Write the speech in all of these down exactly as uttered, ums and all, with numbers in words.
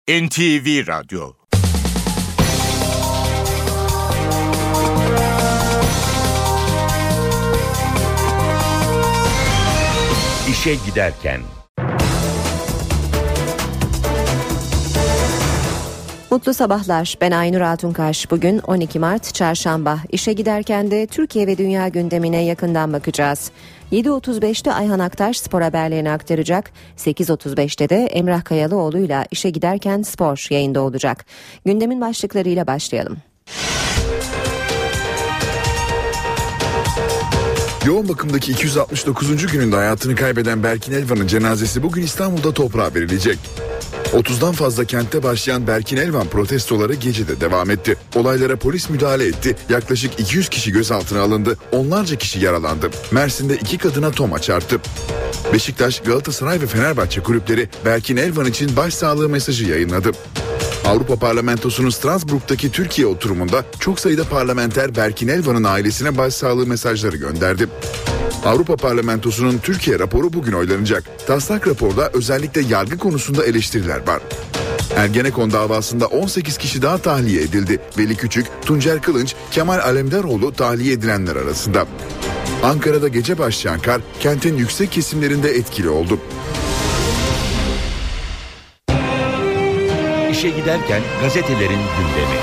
N T V Radyo. İşe giderken. Mutlu sabahlar. Ben Aynur Altunkaş. Bugün on iki Mart Çarşamba. İşe giderken de Türkiye ve dünya gündemine yakından bakacağız. yedi otuz beşte Ayhan Aktaş spor haberlerini aktaracak. sekiz otuz beşte de Emrah Kayalıoğlu'yla işe giderken spor yayında olacak. Gündemin başlıklarıyla başlayalım. Yoğun bakımdaki iki yüz altmış dokuzuncu gününde hayatını kaybeden Berkin Elvan'ın cenazesi bugün İstanbul'da toprağa verilecek. otuzdan fazla kentte başlayan Berkin Elvan protestoları gecede devam etti. Olaylara polis müdahale etti. Yaklaşık iki yüz kişi gözaltına alındı. Onlarca kişi yaralandı. Mersin'de iki kadına toma çarptı. Beşiktaş, Galatasaray ve Fenerbahçe kulüpleri Berkin Elvan için başsağlığı mesajı yayınladı. Avrupa Parlamentosu'nun Strasbourg'daki Türkiye oturumunda çok sayıda parlamenter Berkin Elvan'ın ailesine başsağlığı mesajları gönderdi. Avrupa Parlamentosu'nun Türkiye raporu bugün oylanacak. Taslak raporda özellikle yargı konusunda eleştiriler var. Ergenekon davasında on sekiz kişi daha tahliye edildi. Veli Küçük, Tuncer Kılınç, Kemal Alemdaroğlu tahliye edilenler arasında. Ankara'da gece başlayan kar kentin yüksek kesimlerinde etkili oldu. İşe giderken gazetelerin gündemi.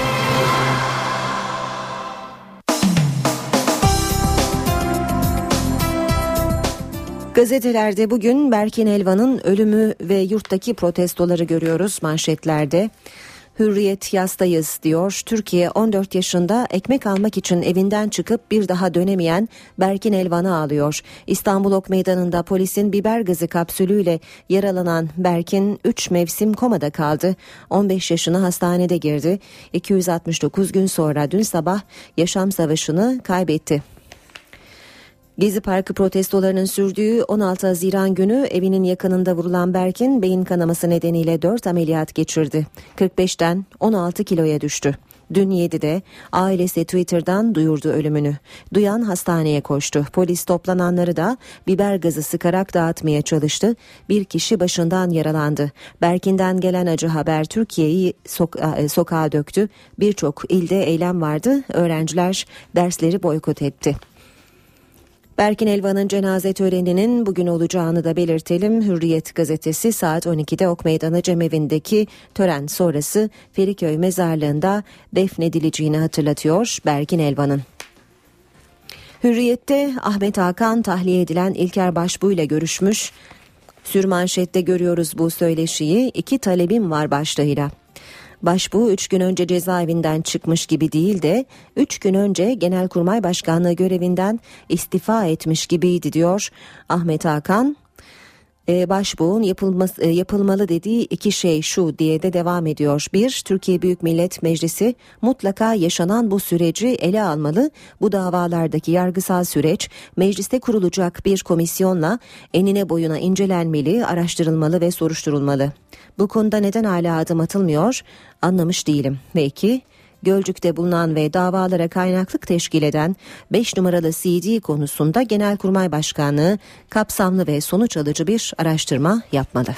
Gazetelerde bugün Berkin Elvan'ın ölümü ve yurttaki protestoları görüyoruz manşetlerde. Hürriyet yastayız diyor. Türkiye on dört yaşında ekmek almak için evinden çıkıp bir daha dönemeyen Berkin Elvan'ı ağlıyor. İstanbul Ok Meydanı'nda polisin biber gazı kapsülüyle yaralanan Berkin üç mevsim komada kaldı. on beş yaşına hastanede girdi. iki yüz altmış dokuz gün sonra dün sabah yaşam savaşını kaybetti. Gezi Parkı protestolarının sürdüğü on altı Haziran günü evinin yakınında vurulan Berkin beyin kanaması nedeniyle dört ameliyat geçirdi. kırk beşten on altı kiloya düştü. Dün yedide ailesi Twitter'dan duyurdu ölümünü. Duyan hastaneye koştu. Polis toplananları da biber gazı sıkarak dağıtmaya çalıştı. Bir kişi başından yaralandı. Berkin'den gelen acı haber Türkiye'yi soka- sokağa döktü. Birçok ilde eylem vardı. Öğrenciler dersleri boykot etti. Berkin Elvan'ın cenaze töreninin bugün olacağını da belirtelim. Hürriyet gazetesi saat on ikide Ok Meydanı Cemevi'ndeki tören sonrası Feriköy mezarlığında defnedileceğini hatırlatıyor Berkin Elvan'ın. Hürriyet'te Ahmet Hakan tahliye edilen İlker Başbuğ ile görüşmüş. Sürmanşette görüyoruz bu söyleşiyi. İki talebim var başlığıyla. Başbuğ üç gün önce cezaevinden çıkmış gibi değil de üç gün önce Genelkurmay Başkanlığı görevinden istifa etmiş gibiydi diyor Ahmet Hakan. Ee, Başbuğ'un yapılması, e, yapılmalı dediği iki şey şu diye de devam ediyor. Bir, Türkiye Büyük Millet Meclisi mutlaka yaşanan bu süreci ele almalı. Bu davalardaki yargısal süreç mecliste kurulacak bir komisyonla enine boyuna incelenmeli, araştırılmalı ve soruşturulmalı. Bu konuda neden hala adım atılmıyor anlamış değilim. Ve iki, Gölcük'te bulunan ve davalara kaynaklık teşkil eden beş numaralı C D konusunda Genelkurmay Başkanlığı kapsamlı ve sonuç alıcı bir araştırma yapmalı.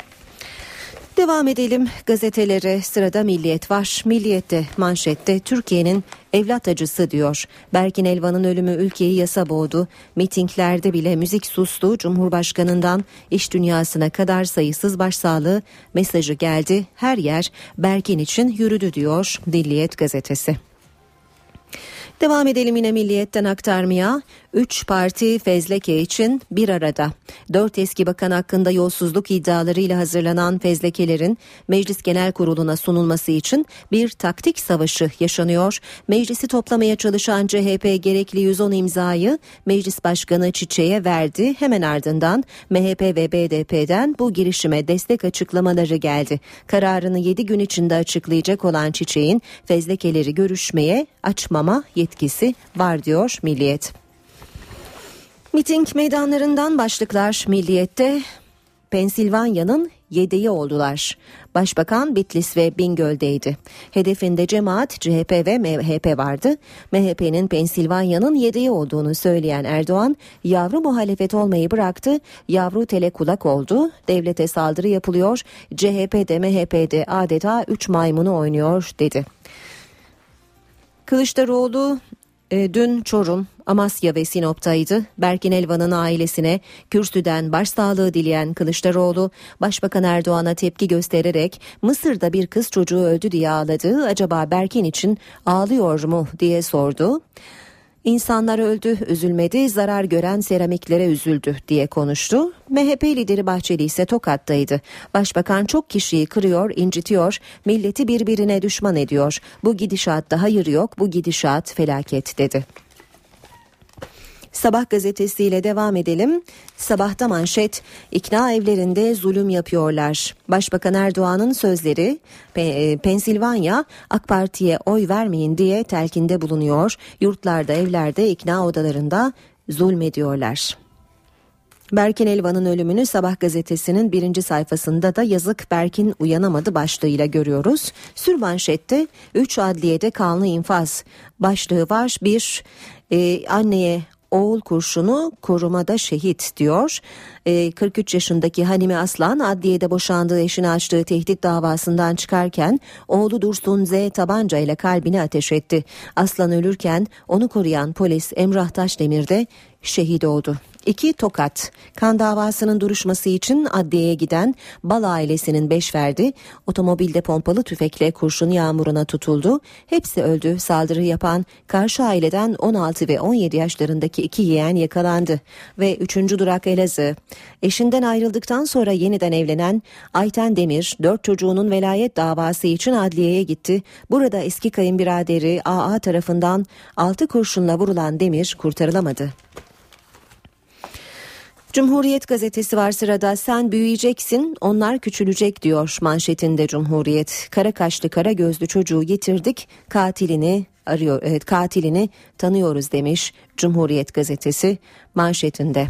Devam edelim gazetelere. Sırada Milliyet var. Milliyet'te manşette Türkiye'nin evlat acısı diyor. Berkin Elvan'ın ölümü ülkeyi yasa boğdu. Mitinglerde bile müzik sustu. Cumhurbaşkanından iş dünyasına kadar sayısız başsağlığı mesajı geldi. Her yer Berkin için yürüdü diyor Milliyet gazetesi. Devam edelim yine Milliyet'ten aktarmaya. Üç parti fezleke için bir arada. Dört eski bakan hakkında yolsuzluk iddialarıyla hazırlanan fezlekelerin Meclis Genel Kurulu'na sunulması için bir taktik savaşı yaşanıyor. Meclisi toplamaya çalışan C H P gerekli yüz on imzayı Meclis Başkanı Çiçek'e verdi. Hemen ardından M H P ve B D P'den bu girişime destek açıklamaları geldi. Kararını yedi gün içinde açıklayacak olan Çiçek'in fezlekeleri görüşmeye açmama yetkisi var diyor Milliyet. Miting meydanlarından başlıklar Milliyet'te. Pensilvanya'nın yedeği oldular. Başbakan Bitlis ve Bingöl'deydi. Hedefinde cemaat, C H P ve M H P vardı. M H P'nin Pensilvanya'nın yedeği olduğunu söyleyen Erdoğan, yavru muhalefet olmayı bıraktı, yavru tele kulak oldu, devlete saldırı yapılıyor, C H P'de M H P'de adeta üç maymunu oynuyor dedi. Kılıçdaroğlu e, dün Çorum, Amasya ve Sinop'taydı. Berkin Elvan'ın ailesine kürsüden başsağlığı dileyen Kılıçdaroğlu, Başbakan Erdoğan'a tepki göstererek Mısır'da bir kız çocuğu öldü diye ağladı. Acaba Berkin için ağlıyor mu diye sordu. İnsanlar öldü, üzülmedi, zarar gören seramiklere üzüldü diye konuştu. M H P lideri Bahçeli ise Tokat'taydı. Başbakan çok kişiyi kırıyor, incitiyor, milleti birbirine düşman ediyor. Bu gidişatta hayır yok, bu gidişat felaket dedi. Sabah gazetesiyle devam edelim. Sabahta manşet, ikna evlerinde zulüm yapıyorlar. Başbakan Erdoğan'ın sözleri, Pensilvanya AK Parti'ye oy vermeyin diye telkinde bulunuyor. Yurtlarda, evlerde, ikna odalarında zulmediyorlar. Berkin Elvan'ın ölümünü Sabah gazetesinin birinci sayfasında da yazık Berkin uyanamadı başlığıyla görüyoruz. Sürmanşette üç adliyede kanlı infaz başlığı var. Bir e, anneye oğul kurşunu, korumada şehit diyor. E, kırk üç yaşındaki Hanime Aslan adliyede boşandığı eşine açtığı tehdit davasından çıkarken oğlu Dursun Z tabanca ile kalbine ateş etti. Aslan ölürken onu koruyan polis Emrah Taşdemir de şehit oldu. İki Tokat, kan davasının duruşması için adliyeye giden Bal ailesinin beş ferdi otomobilde pompalı tüfekle kurşun yağmuruna tutuldu. Hepsi öldü. Saldırı yapan karşı aileden on altı ve on yedi yaşlarındaki iki yeğen yakalandı. Ve üçüncü durak Elazığ. Eşinden ayrıldıktan sonra yeniden evlenen Ayten Demir dört çocuğunun velayet davası için adliyeye gitti. Burada eski kayınbiraderi A A tarafından altı kurşunla vurulan Demir kurtarılamadı. Cumhuriyet gazetesi var sırada. Sen büyüyeceksin, onlar küçülecek diyor manşetinde Cumhuriyet. Kara kaşlı kara gözlü çocuğu getirdik, katilini arıyor, evet, katilini tanıyoruz demiş Cumhuriyet gazetesi manşetinde.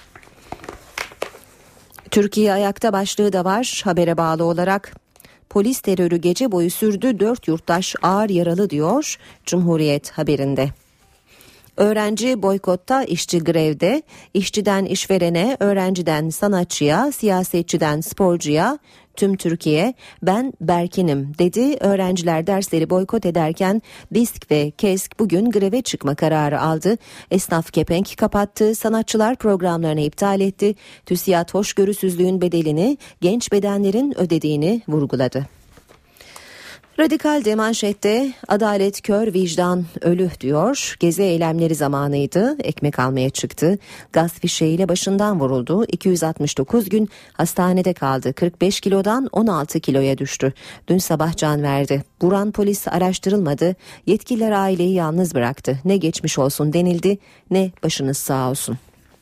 Türkiye ayakta başlığı da var habere bağlı olarak. Polis terörü gece boyu sürdü, dört yurttaş ağır yaralı diyor Cumhuriyet haberinde. Öğrenci boykotta, işçi grevde, işçiden işverene, öğrenciden sanatçıya, siyasetçiden sporcuya, tüm Türkiye ben Berkin'im dedi. Öğrenciler dersleri boykot ederken DİSK ve KESK bugün greve çıkma kararı aldı. Esnaf kepenk kapattı, sanatçılar programlarını iptal etti. TÜSİAD hoşgörüsüzlüğün bedelini genç bedenlerin ödediğini vurguladı. Radikal de manşette adalet kör vicdan ölü diyor. Gezi eylemleri zamanıydı. Ekmek almaya çıktı. Gaz fişeğiyle başından vuruldu. iki yüz altmış dokuz gün hastanede kaldı. kırk beş kilodan on altı kiloya düştü. Dün sabah can verdi. Vuran polis araştırılmadı. Yetkililer aileyi yalnız bıraktı. Ne geçmiş olsun denildi, ne başınız sağ olsun.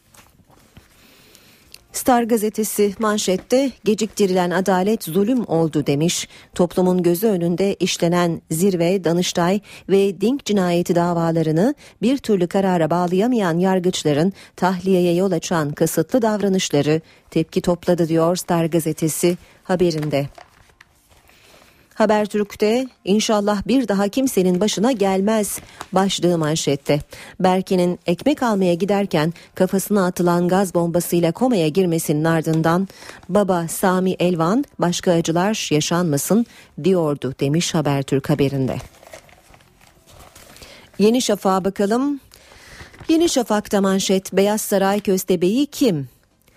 Star gazetesi manşette geciktirilen adalet zulüm oldu demiş. Toplumun gözü önünde işlenen Zirve, Danıştay ve Dink cinayeti davalarını bir türlü karara bağlayamayan yargıçların tahliyeye yol açan kasıtlı davranışları tepki topladı diyor Star gazetesi haberinde. Habertürk'te inşallah bir daha kimsenin başına gelmez başlığı manşette. Berkin'in ekmek almaya giderken kafasına atılan gaz bombasıyla komaya girmesinin ardından baba Sami Elvan başka acılar yaşanmasın diyordu demiş Habertürk haberinde. Yeni Şafak'a bakalım. Yeni Şafak'ta manşet Beyaz Saray köstebeği kim?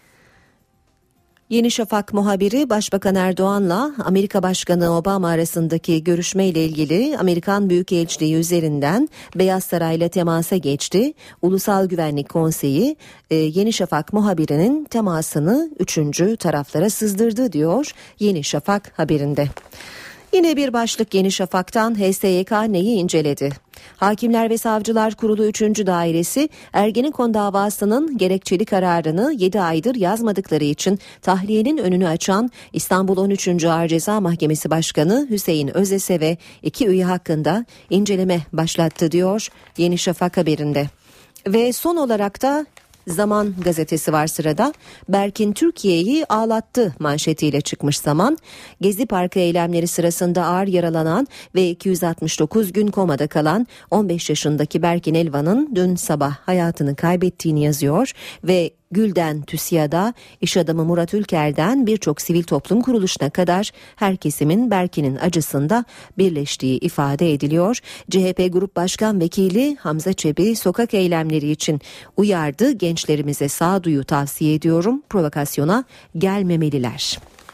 Yeni Şafak muhabiri Başbakan Erdoğan'la Amerika Başkanı Obama arasındaki görüşmeyle ilgili Amerikan Büyükelçiliği üzerinden Beyaz Saray'la temasa geçti. Ulusal Güvenlik Konseyi e, Yeni Şafak muhabirinin temasını üçüncü taraflara sızdırdı diyor Yeni Şafak haberinde. Yine bir başlık Yeni Şafak'tan H S Y K neyi inceledi? Hakimler ve Savcılar Kurulu üçüncü Dairesi Ergenekon davasının gerekçeli kararını yedi aydır yazmadıkları için tahliyenin önünü açan İstanbul on üçüncü Ağır Ceza Mahkemesi Başkanı Hüseyin Özese ve iki üye hakkında inceleme başlattı diyor Yeni Şafak haberinde. Ve son olarak da Zaman gazetesi var sırada. Berkin Türkiye'yi ağlattı manşetiyle çıkmış Zaman. Gezi Parkı eylemleri sırasında ağır yaralanan ve iki yüz altmış dokuz gün komada kalan on beş yaşındaki Berkin Elvan'ın dün sabah hayatını kaybettiğini yazıyor ve Gül'den TÜSİAD'a, iş adamı Murat Ülker'den birçok sivil toplum kuruluşuna kadar her kesimin Berkin'in acısında birleştiği ifade ediliyor. C H P Grup Başkan Vekili Hamza Çebi sokak eylemleri için uyardı. Gençlerimize sağduyu tavsiye ediyorum, provokasyona gelmemeliler.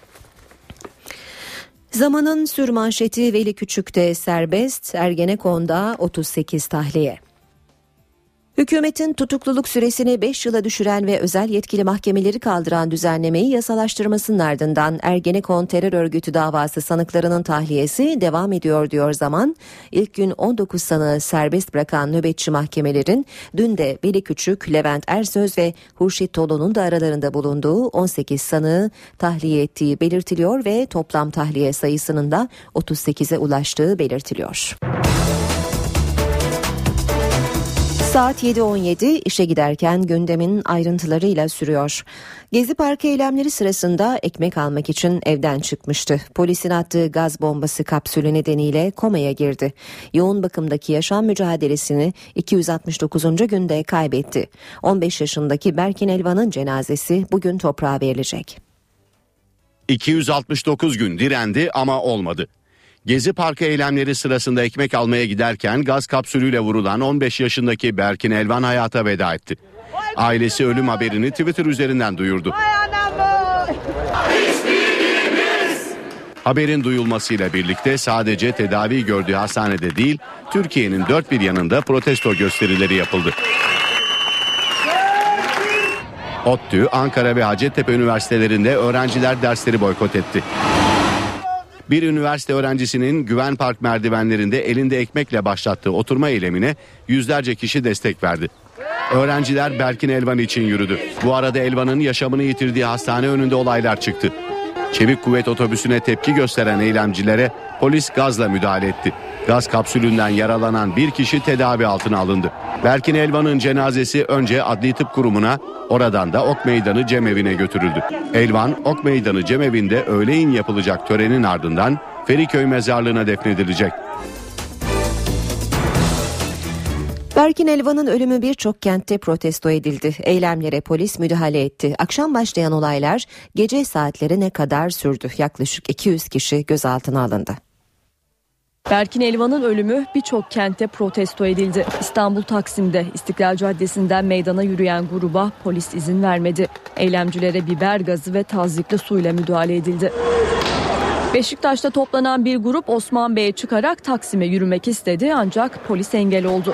Zamanın sürmanşeti Veli Küçük'te serbest, Ergenekon'da otuz sekiz tahliye. Hükümetin tutukluluk süresini beş yıla düşüren ve özel yetkili mahkemeleri kaldıran düzenlemeyi yasalaştırmasının ardından Ergenekon terör örgütü davası sanıklarının tahliyesi devam ediyor diyor Zaman. İlk gün on dokuz sanığı serbest bırakan nöbetçi mahkemelerin dün de Veli Küçük, Levent Ersöz ve Hurşit Tolu'nun da aralarında bulunduğu on sekiz sanığı tahliye ettiği belirtiliyor ve toplam tahliye sayısının da otuz sekize ulaştığı belirtiliyor. Saat yedi on yedi, işe giderken gündemin ayrıntılarıyla sürüyor. Gezi Parkı eylemleri sırasında ekmek almak için evden çıkmıştı. Polisin attığı gaz bombası kapsülü nedeniyle komaya girdi. Yoğun bakımdaki yaşam mücadelesini iki yüz altmış dokuzuncu günde kaybetti. on beş yaşındaki Berkin Elvan'ın cenazesi bugün toprağa verilecek. iki yüz altmış dokuz gün direndi ama olmadı. Gezi Parkı eylemleri sırasında ekmek almaya giderken gaz kapsülüyle vurulan on beş yaşındaki Berkin Elvan hayata veda etti. Ailesi ölüm haberini Twitter üzerinden duyurdu. Haberin duyulmasıyla birlikte sadece tedavi gördüğü hastanede değil, Türkiye'nin dört bir yanında protesto gösterileri yapıldı. ODTÜ, Ankara ve Hacettepe üniversitelerinde öğrenciler dersleri boykot etti. Bir üniversite öğrencisinin Güven Park merdivenlerinde elinde ekmekle başlattığı oturma eylemine yüzlerce kişi destek verdi. Öğrenciler Berkin Elvan için yürüdü. Bu arada Elvan'ın yaşamını yitirdiği hastane önünde olaylar çıktı. Çevik kuvvet otobüsüne tepki gösteren eylemcilere polis gazla müdahale etti. Gaz kapsülünden yaralanan bir kişi tedavi altına alındı. Berkin Elvan'ın cenazesi önce Adli Tıp Kurumu'na, oradan da Ok Meydanı Cemevi'ne götürüldü. Elvan, Ok Meydanı Cemevi'nde öğleyin yapılacak törenin ardından Feriköy Mezarlığı'na defnedilecek. Berkin Elvan'ın ölümü birçok kentte protesto edildi. Eylemlere polis müdahale etti. Akşam başlayan olaylar gece saatlerine kadar sürdü. Yaklaşık iki yüz kişi gözaltına alındı. Berkin Elvan'ın ölümü birçok kentte protesto edildi. İstanbul Taksim'de İstiklal Caddesi'nden meydana yürüyen gruba polis izin vermedi. Eylemcilere biber gazı ve tazyikli suyla müdahale edildi. Beşiktaş'ta toplanan bir grup Osman Bey'e çıkarak Taksim'e yürümek istedi ancak polis engel oldu.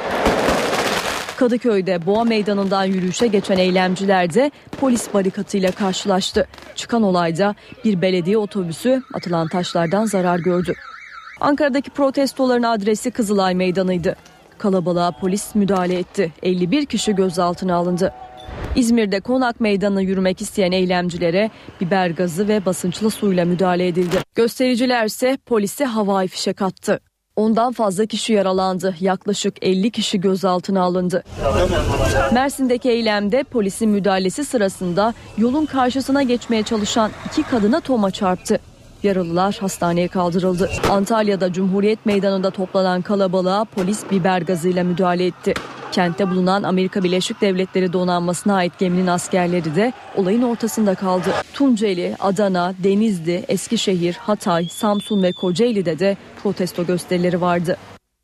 Kadıköy'de Boğa Meydanı'ndan yürüyüşe geçen eylemciler de polis barikatıyla karşılaştı. Çıkan olayda bir belediye otobüsü atılan taşlardan zarar gördü. Ankara'daki protestoların adresi Kızılay Meydanı'ydı. Kalabalığa polis müdahale etti. elli bir kişi gözaltına alındı. İzmir'de Konak Meydanı'na yürümek isteyen eylemcilere biber gazı ve basınçlı suyla müdahale edildi. Göstericiler ise polise havai fişek attı. Ondan fazla kişi yaralandı. Yaklaşık elli kişi gözaltına alındı. Mersin'deki eylemde polisin müdahalesi sırasında yolun karşısına geçmeye çalışan iki kadına toma çarptı. Yaralılar hastaneye kaldırıldı. Antalya'da Cumhuriyet Meydanı'nda toplanan kalabalığa polis biber gazıyla müdahale etti. Kentte bulunan Amerika Birleşik Devletleri donanmasına ait geminin askerleri de olayın ortasında kaldı. Tunceli, Adana, Denizli, Eskişehir, Hatay, Samsun ve Kocaeli'de de protesto gösterileri vardı.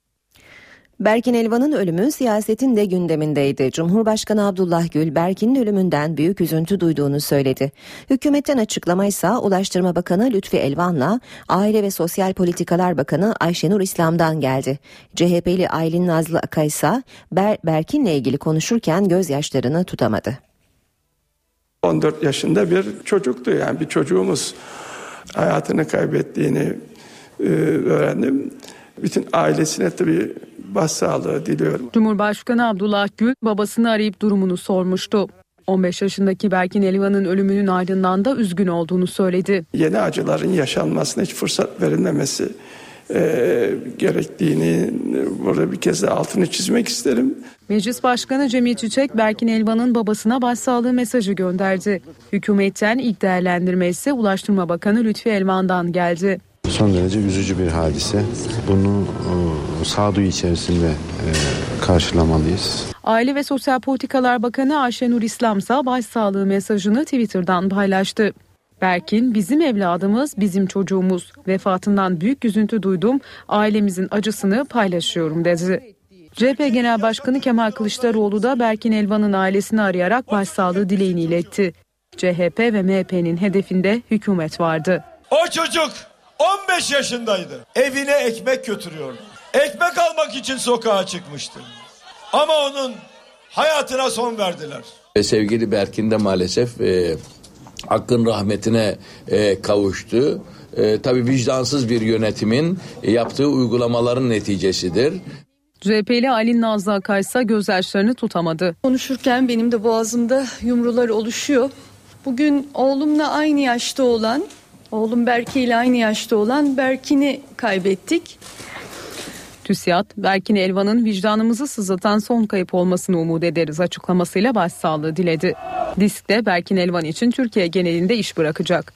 Berkin Elvan'ın ölümü siyasetin de gündemindeydi. Cumhurbaşkanı Abdullah Gül, Berkin'in ölümünden büyük üzüntü duyduğunu söyledi. Hükümetten açıklamaysa Ulaştırma Bakanı Lütfi Elvan'la Aile ve Sosyal Politikalar Bakanı Ayşenur İslam'dan geldi. C H P'li Aylin Nazlı Akay ise Ber- Berkin'le ilgili konuşurken gözyaşlarını tutamadı. on dört yaşında bir çocuktu, yani bir çocuğumuz hayatını kaybettiğini e, öğrendim. Bütün ailesine tabii başsağlığı diliyorum. Cumhurbaşkanı Abdullah Gül babasını arayıp durumunu sormuştu. on beş yaşındaki Berkin Elvan'ın ölümünün ardından da üzgün olduğunu söyledi. Yeni acıların yaşanmasına hiç fırsat verilmemesi e, gerektiğini burada bir kez de altını çizmek isterim. Meclis Başkanı Cemil Çiçek, Berkin Elvan'ın babasına başsağlığı mesajı gönderdi. Hükümetten ilk değerlendirme ise Ulaştırma Bakanı Lütfi Elvan'dan geldi. Son derece üzücü bir hadise. Bunu e, sağduyu içerisinde e, karşılamalıyız. Aile ve Sosyal Politikalar Bakanı Ayşenur İslam ise başsağlığı mesajını Twitter'dan paylaştı. Berkin bizim evladımız, bizim çocuğumuz. Vefatından büyük üzüntü duydum. Ailemizin acısını paylaşıyorum dedi. C H P Genel Başkanı Kemal Kılıçdaroğlu da Berkin Elvan'ın ailesini arayarak başsağlığı dileğini iletti. C H P ve M H P'nin hedefinde hükümet vardı. O çocuk on beş yaşındaydı. Evine ekmek götürüyordu. Ekmek almak için sokağa çıkmıştı. Ama onun hayatına son verdiler. Sevgili Berkin de maalesef e, Hakk'ın rahmetine e, kavuştu. E, tabii vicdansız bir yönetimin e, yaptığı uygulamaların neticesidir. C H P'li Ali Nazlı Akay ise gözyaşlarını tutamadı. Konuşurken benim de boğazımda yumrular oluşuyor. Bugün oğlumla aynı yaşta olan, oğlum Berke ile aynı yaşta olan Berkin'i kaybettik. TÜSİAD, Berkin Elvan'ın vicdanımızı sızlatan son kayıp olmasını umut ederiz açıklamasıyla başsağlığı diledi. DİSK de Berkin Elvan için Türkiye genelinde iş bırakacak.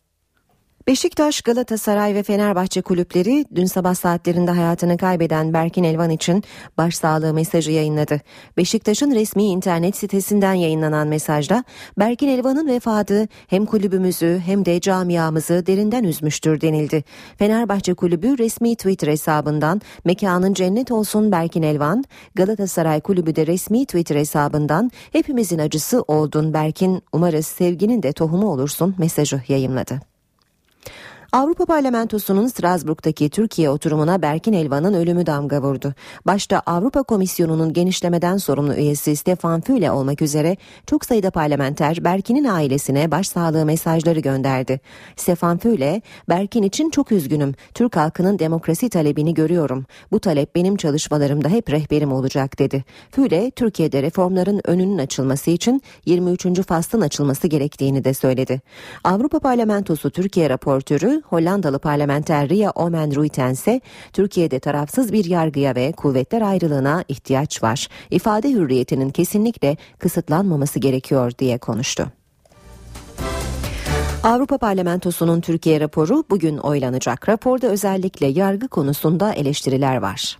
Beşiktaş, Galatasaray ve Fenerbahçe kulüpleri dün sabah saatlerinde hayatını kaybeden Berkin Elvan için başsağlığı mesajı yayınladı. Beşiktaş'ın resmi internet sitesinden yayınlanan mesajda Berkin Elvan'ın vefatı hem kulübümüzü hem de camiamızı derinden üzmüştür denildi. Fenerbahçe kulübü resmi Twitter hesabından mekanın cennet olsun Berkin Elvan, Galatasaray kulübü de resmi Twitter hesabından hepimizin acısı oldun Berkin, umarız sevginin de tohumu olursun mesajı yayımladı. Avrupa Parlamentosu'nun Strasbourg'daki Türkiye oturumuna Berkin Elvan'ın ölümü damga vurdu. Başta Avrupa Komisyonu'nun genişlemeden sorumlu üyesi Stefan Füle olmak üzere çok sayıda parlamenter Berkin'in ailesine başsağlığı mesajları gönderdi. Stefan Füle, Berkin için çok üzgünüm. Türk halkının demokrasi talebini görüyorum. Bu talep benim çalışmalarımda hep rehberim olacak dedi. Füle, Türkiye'de reformların önünün açılması için yirmi üçüncü faslın açılması gerektiğini de söyledi. Avrupa Parlamentosu Türkiye raportörü Hollandalı parlamenter Ria Oomen-Ruijten ise Türkiye'de tarafsız bir yargıya ve kuvvetler ayrılığına ihtiyaç var. İfade hürriyetinin kesinlikle kısıtlanmaması gerekiyor diye konuştu. Avrupa Parlamentosu'nun Türkiye raporu bugün oylanacak. Raporda özellikle yargı konusunda eleştiriler var.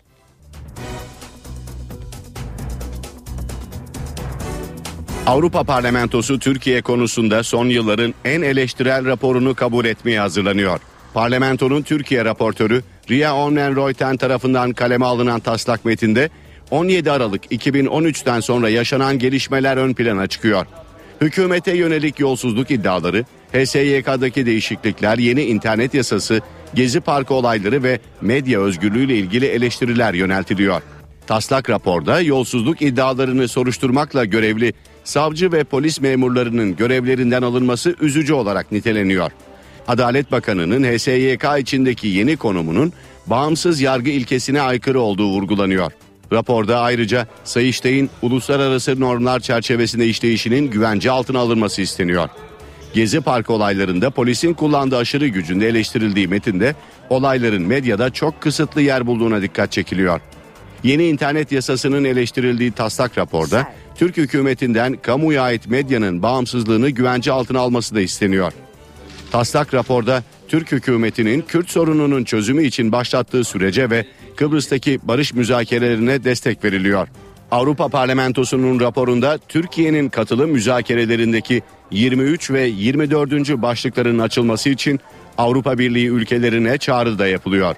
Avrupa Parlamentosu Türkiye konusunda son yılların en eleştirel raporunu kabul etmeye hazırlanıyor. Parlamentonun Türkiye raportörü Ria Oomen-Ruijten tarafından kaleme alınan taslak metinde on yedi Aralık iki bin on üçten sonra yaşanan gelişmeler ön plana çıkıyor. Hükümete yönelik yolsuzluk iddiaları, H S Y K'daki değişiklikler, yeni internet yasası, Gezi Parkı olayları ve medya özgürlüğüyle ilgili eleştiriler yöneltiliyor. Taslak raporda yolsuzluk iddialarını soruşturmakla görevli savcı ve polis memurlarının görevlerinden alınması üzücü olarak niteleniyor. Adalet Bakanı'nın H S Y K içindeki yeni konumunun bağımsız yargı ilkesine aykırı olduğu vurgulanıyor. Raporda ayrıca Sayıştay'ın uluslararası normlar çerçevesinde işleyişinin güvence altına alınması isteniyor. Gezi Parkı olaylarında polisin kullandığı aşırı gücün de eleştirildiği metinde olayların medyada çok kısıtlı yer bulduğuna dikkat çekiliyor. Yeni internet yasasının eleştirildiği taslak raporda Türk hükümetinden kamuya ait medyanın bağımsızlığını güvence altına alması da isteniyor. Taslak raporda Türk hükümetinin Kürt sorununun çözümü için başlattığı sürece ve Kıbrıs'taki barış müzakerelerine destek veriliyor. Avrupa Parlamentosu'nun raporunda Türkiye'nin katılım müzakerelerindeki yirmi üç ve yirmi dördüncü başlıkların açılması için Avrupa Birliği ülkelerine çağrı da yapılıyor.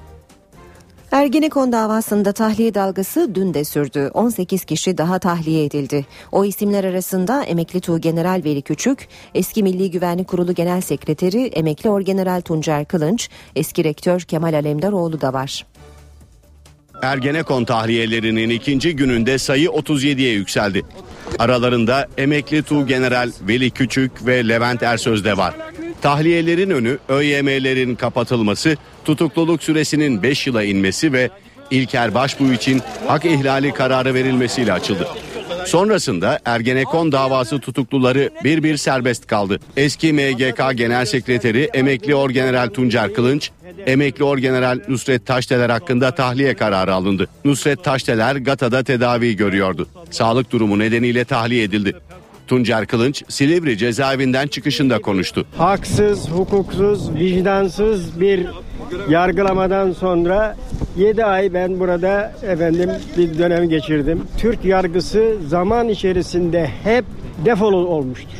Ergenekon davasında tahliye dalgası dün de sürdü. on sekiz kişi daha tahliye edildi. O isimler arasında emekli Tuğgeneral Veli Küçük, eski Milli Güvenlik Kurulu Genel Sekreteri emekli Orgeneral Tuncer Kılınç, eski rektör Kemal Alemdaroğlu da var. Ergenekon tahliyelerinin ikinci gününde sayı otuz yediye yükseldi. Aralarında emekli Tuğgeneral Veli Küçük ve Levent Ersöz de var. Tahliyelerin önü ÖYM'lerin kapatılması, tutukluluk süresinin beş yıla inmesi ve İlker Başbuğ için hak ihlali kararı verilmesiyle açıldı. Sonrasında Ergenekon davası tutukluları bir bir serbest kaldı. Eski M G K Genel Sekreteri emekli Orgeneral Tuncer Kılınç, Emekli Orgeneral Nusret Taşdeler hakkında tahliye kararı alındı. Nusret Taşdeler Gata'da tedavi görüyordu. Sağlık durumu nedeniyle tahliye edildi. Tuncer Kılınç Silivri cezaevinden çıkışında konuştu. Haksız, hukuksuz, vicdansız bir yargılamadan sonra yedi ay ben burada efendim bir dönem geçirdim. Türk yargısı zaman içerisinde hep defol olmuştur.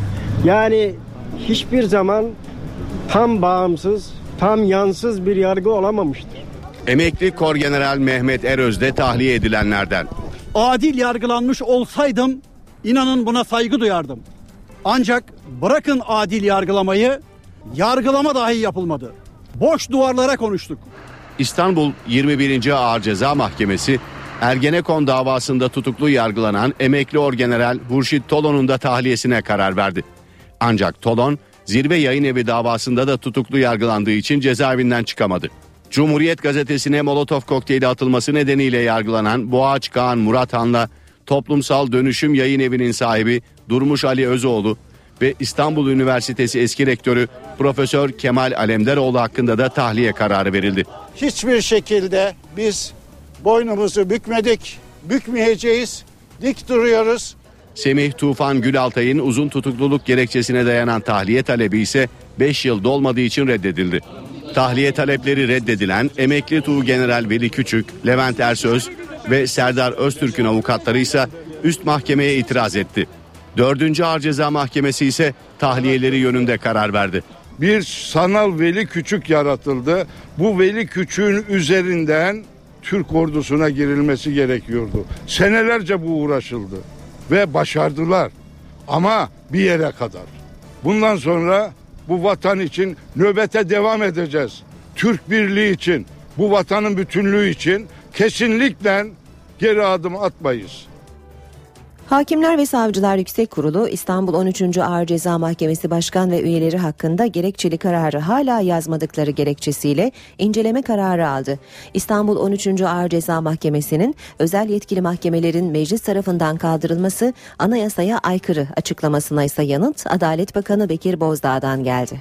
Yani hiçbir zaman tam bağımsız, tam yansız bir yargı olamamıştır. Emekli Korgeneral Mehmet Eröz de tahliye edilenlerden. Adil yargılanmış olsaydım inanın buna saygı duyardım. Ancak bırakın adil yargılamayı, yargılama dahi yapılmadı. Boş duvarlara konuştuk. İstanbul yirmi birinci Ağır Ceza Mahkemesi Ergenekon davasında tutuklu yargılanan emekli Orgeneral Hurşit Tolon'un da tahliyesine karar verdi. Ancak Tolon Zirve Yayınevi davasında da tutuklu yargılandığı için cezaevinden çıkamadı. Cumhuriyet gazetesine Molotof kokteyli atılması nedeniyle yargılanan Boğaç Kaan Murathan'la Toplumsal Dönüşüm Yayınevi'nin sahibi Durmuş Ali Özoğlu ve İstanbul Üniversitesi eski rektörü Profesör Kemal Alemdaroğlu hakkında da tahliye kararı verildi. Hiçbir şekilde biz boynumuzu bükmedik, bükmeyeceğiz, dik duruyoruz. Semih Tufan Gülaltay'ın uzun tutukluluk gerekçesine dayanan tahliye talebi ise beş yıl dolmadığı için reddedildi. Tahliye talepleri reddedilen emekli Tuğgeneral Veli Küçük, Levent Ersöz ve Serdar Öztürk'ün avukatları ise üst mahkemeye itiraz etti. Dördüncü Ağır Ceza Mahkemesi ise tahliyeleri yönünde karar verdi. Bir sanal Veli Küçük yaratıldı. Bu Veli Küçük'ün üzerinden Türk ordusuna girilmesi gerekiyordu. Senelerce bu uğraşıldı ve başardılar. Ama bir yere kadar. Bundan sonra bu vatan için nöbete devam edeceğiz. Türk birliği için, bu vatanın bütünlüğü için kesinlikle geri adım atmayız. Hakimler ve Savcılar Yüksek Kurulu İstanbul on üçüncü Ağır Ceza Mahkemesi Başkan ve üyeleri hakkında gerekçeli kararı hala yazmadıkları gerekçesiyle inceleme kararı aldı. İstanbul on üçüncü Ağır Ceza Mahkemesi'nin özel yetkili mahkemelerin meclis tarafından kaldırılması anayasaya aykırı açıklamasına ise yanıt Adalet Bakanı Bekir Bozdağ'dan geldi.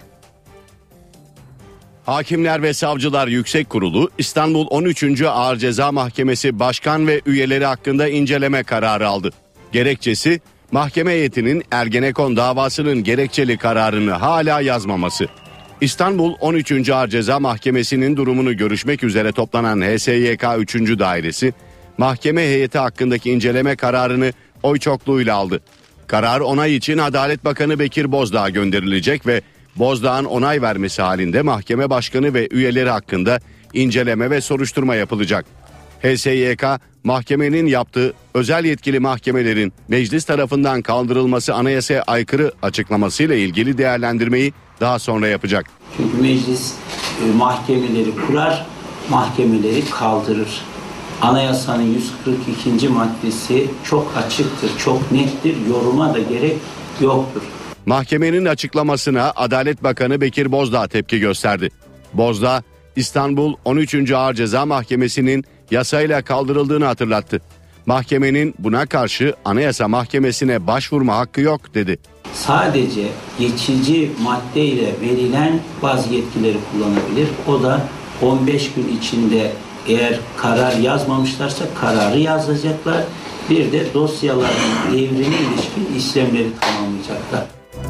Hakimler ve Savcılar Yüksek Kurulu İstanbul on üçüncü Ağır Ceza Mahkemesi Başkan ve üyeleri hakkında inceleme kararı aldı. Gerekçesi mahkeme heyetinin Ergenekon davasının gerekçeli kararını hala yazmaması. İstanbul on üçüncü Ağır Ceza Mahkemesi'nin durumunu görüşmek üzere toplanan H S Y K üçüncü Dairesi, mahkeme heyeti hakkındaki inceleme kararını oy çokluğuyla aldı. Karar onay için Adalet Bakanı Bekir Bozdağ'a gönderilecek ve Bozdağ'ın onay vermesi halinde mahkeme başkanı ve üyeleri hakkında inceleme ve soruşturma yapılacak. H S Y K, mahkemenin yaptığı özel yetkili mahkemelerin meclis tarafından kaldırılması anayasaya aykırı açıklamasıyla ilgili değerlendirmeyi daha sonra yapacak. Çünkü meclis e, mahkemeleri kurar, mahkemeleri kaldırır. Anayasanın yüz kırk ikinci maddesi çok açıktır, çok nettir, yoruma da gerek yoktur. Mahkemenin açıklamasına Adalet Bakanı Bekir Bozdağ tepki gösterdi. Bozdağ, İstanbul on üçüncü Ağır Ceza Mahkemesi'nin yasayla kaldırıldığını hatırlattı. Mahkemenin buna karşı Anayasa Mahkemesi'ne başvurma hakkı yok dedi. Sadece geçici maddeyle verilen bazı yetkileri kullanabilir. O da on beş gün içinde eğer karar yazmamışlarsa kararı yazacaklar. Bir de dosyaların devrine ilişkin işlemleri tamamlayacaklar.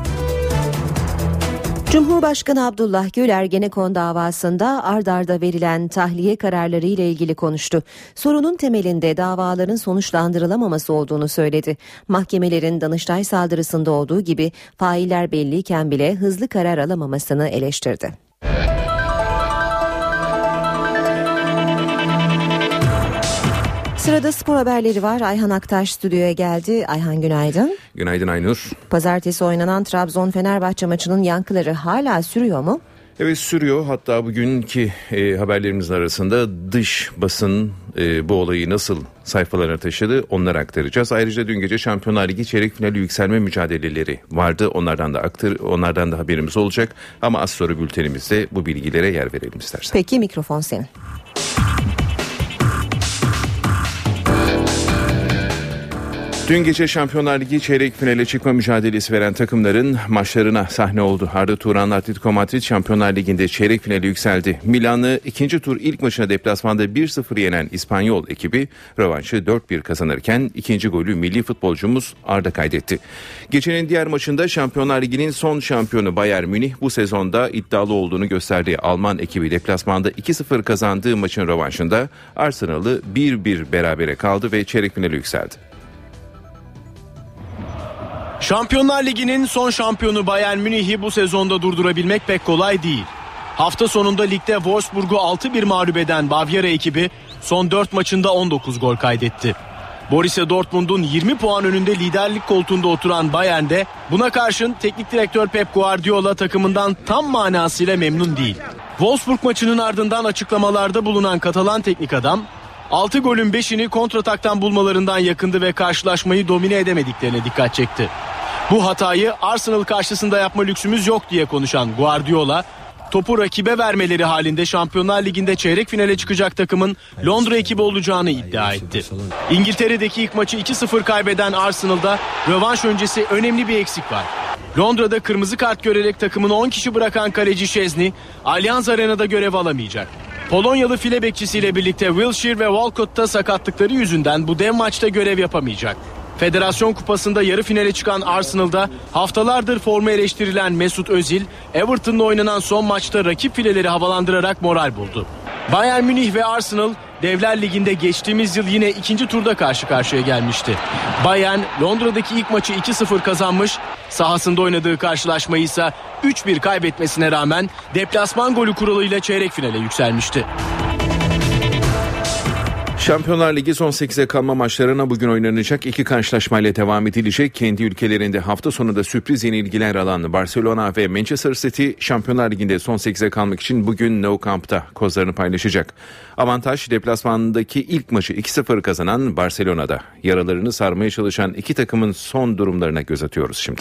Cumhurbaşkanı Abdullah Gül Ergenekon davasında ard arda verilen tahliye kararları ile ilgili konuştu. Sorunun temelinde davaların sonuçlandırılamaması olduğunu söyledi. Mahkemelerin Danıştay saldırısında olduğu gibi failler belliyken bile hızlı karar alamamasını eleştirdi. Sırada spor haberleri var. Ayhan Aktaş stüdyoya geldi. Ayhan günaydın. Günaydın Aynur. Pazartesi oynanan Trabzon-Fenerbahçe maçının yankıları hala sürüyor mu? Evet sürüyor. Hatta bugünkü e, haberlerimizin arasında dış basın e, bu olayı nasıl sayfalarına taşıdı onları aktaracağız. Ayrıca dün gece Şampiyonlar Ligi çeyrek finali yükselme mücadeleleri vardı. Onlardan da aktar, onlardan da haberimiz olacak. Ama az sonra bültenimizde bu bilgilere yer verelim istersen. Peki mikrofon senin. Dün gece Şampiyonlar Ligi çeyrek finale çıkma mücadelesi veren takımların maçlarına sahne oldu. Arda Turan Atletico Madrid Şampiyonlar Ligi'nde çeyrek finale yükseldi. Milan'ı ikinci tur ilk maçına deplasmanda bir sıfır yenen İspanyol ekibi rövanşı dört bir kazanırken ikinci golü milli futbolcumuz Arda kaydetti. Gecenin diğer maçında Şampiyonlar Ligi'nin son şampiyonu Bayern Münih bu sezonda iddialı olduğunu gösterdiği Alman ekibi deplasmanda iki sıfır kazandığı maçın rövanşında Arsenal'ı bir bir berabere kaldı ve çeyrek finale yükseldi. Şampiyonlar Ligi'nin son şampiyonu Bayern Münih'i bu sezonda durdurabilmek pek kolay değil. Hafta sonunda ligde Wolfsburg'u altı bir mağlup eden Bavyera ekibi son dört maçında on dokuz gol kaydetti. Borussia Dortmund'un yirmi puan önünde liderlik koltuğunda oturan Bayern'de buna karşın teknik direktör Pep Guardiola takımından tam manasıyla memnun değil. Wolfsburg maçının ardından açıklamalarda bulunan Katalan teknik adam, altı golün beşini kontrataktan bulmalarından yakındı ve karşılaşmayı domine edemediklerine dikkat çekti. Bu hatayı Arsenal karşısında yapma lüksümüz yok diye konuşan Guardiola, topu rakibe vermeleri halinde Şampiyonlar Ligi'nde çeyrek finale çıkacak takımın Londra ekibi olacağını iddia etti. İngiltere'deki ilk maçı iki sıfır kaybeden Arsenal'da rövanş öncesi önemli bir eksik var. Londra'da kırmızı kart görerek takımını on kişi bırakan kaleci Szczesny, Allianz Arena'da görev alamayacak. Polonyalı file bekçisiyle birlikte Wilshere ve Walcott'ta sakatlıkları yüzünden bu dev maçta görev yapamayacak. Federasyon Kupası'nda yarı finale çıkan Arsenal'da haftalardır formu eleştirilen Mesut Özil, Everton'la oynanan son maçta rakip fileleri havalandırarak moral buldu. Bayern Münih ve Arsenal Devler Ligi'nde geçtiğimiz yıl yine ikinci turda karşı karşıya gelmişti. Bayern Londra'daki ilk maçı iki sıfır kazanmış, sahasında oynadığı karşılaşmayı ise üç bir kaybetmesine rağmen deplasman golü kuralıyla çeyrek finale yükselmişti. Şampiyonlar Ligi son sekize kalma maçlarına bugün oynanacak iki karşılaşmayla devam edilecek. Kendi ülkelerinde hafta sonunda sürpriz yenilgiler alan Barcelona ve Manchester City Şampiyonlar Ligi'nde son sekize kalmak için bugün Nou Camp'ta kozlarını paylaşacak. Avantaj deplasmandaki ilk maçı iki sıfır kazanan Barcelona'da. Yaralarını sarmaya çalışan iki takımın son durumlarına göz atıyoruz şimdi.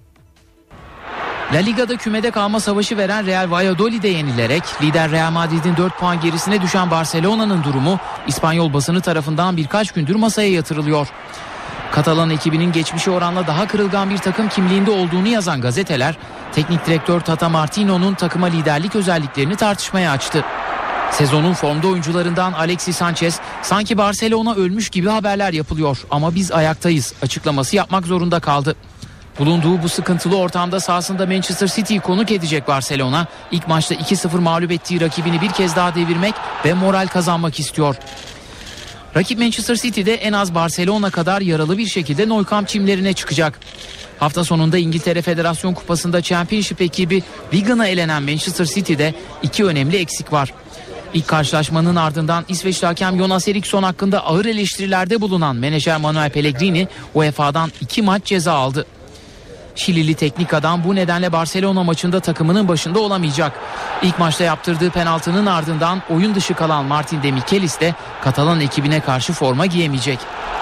La Liga'da kümede kalma savaşı veren Real Valladolid'e yenilerek lider Real Madrid'in dört puan gerisine düşen Barcelona'nın durumu İspanyol basını tarafından birkaç gündür masaya yatırılıyor. Katalan ekibinin geçmişe oranla daha kırılgan bir takım kimliğinde olduğunu yazan gazeteler, teknik direktör Tata Martino'nun takıma liderlik özelliklerini tartışmaya açtı. Sezonun formda oyuncularından Alexis Sanchez, sanki Barcelona ölmüş gibi haberler yapılıyor ama biz ayaktayız açıklaması yapmak zorunda kaldı. Bulunduğu bu sıkıntılı ortamda sahasında Manchester City'yi konuk edecek Barcelona, ilk maçta iki sıfır mağlup ettiği rakibini bir kez daha devirmek ve moral kazanmak istiyor. Rakip Manchester City'de en az Barcelona kadar yaralı bir şekilde Nou Camp çimlerine çıkacak. Hafta sonunda İngiltere Federasyon Kupası'nda Championship ekibi Wigan'a elenen Manchester City'de iki önemli eksik var. İlk karşılaşmanın ardından İsveçli hakem Jonas Eriksson hakkında ağır eleştirilerde bulunan menajer Manuel Pellegrini U E F A'dan iki maç ceza aldı. Şilili teknik adam bu nedenle Barcelona maçında takımının başında olamayacak. İlk maçta yaptırdığı penaltının ardından oyun dışı kalan Martin de Michelis de Katalan ekibine karşı forma giyemeyecek.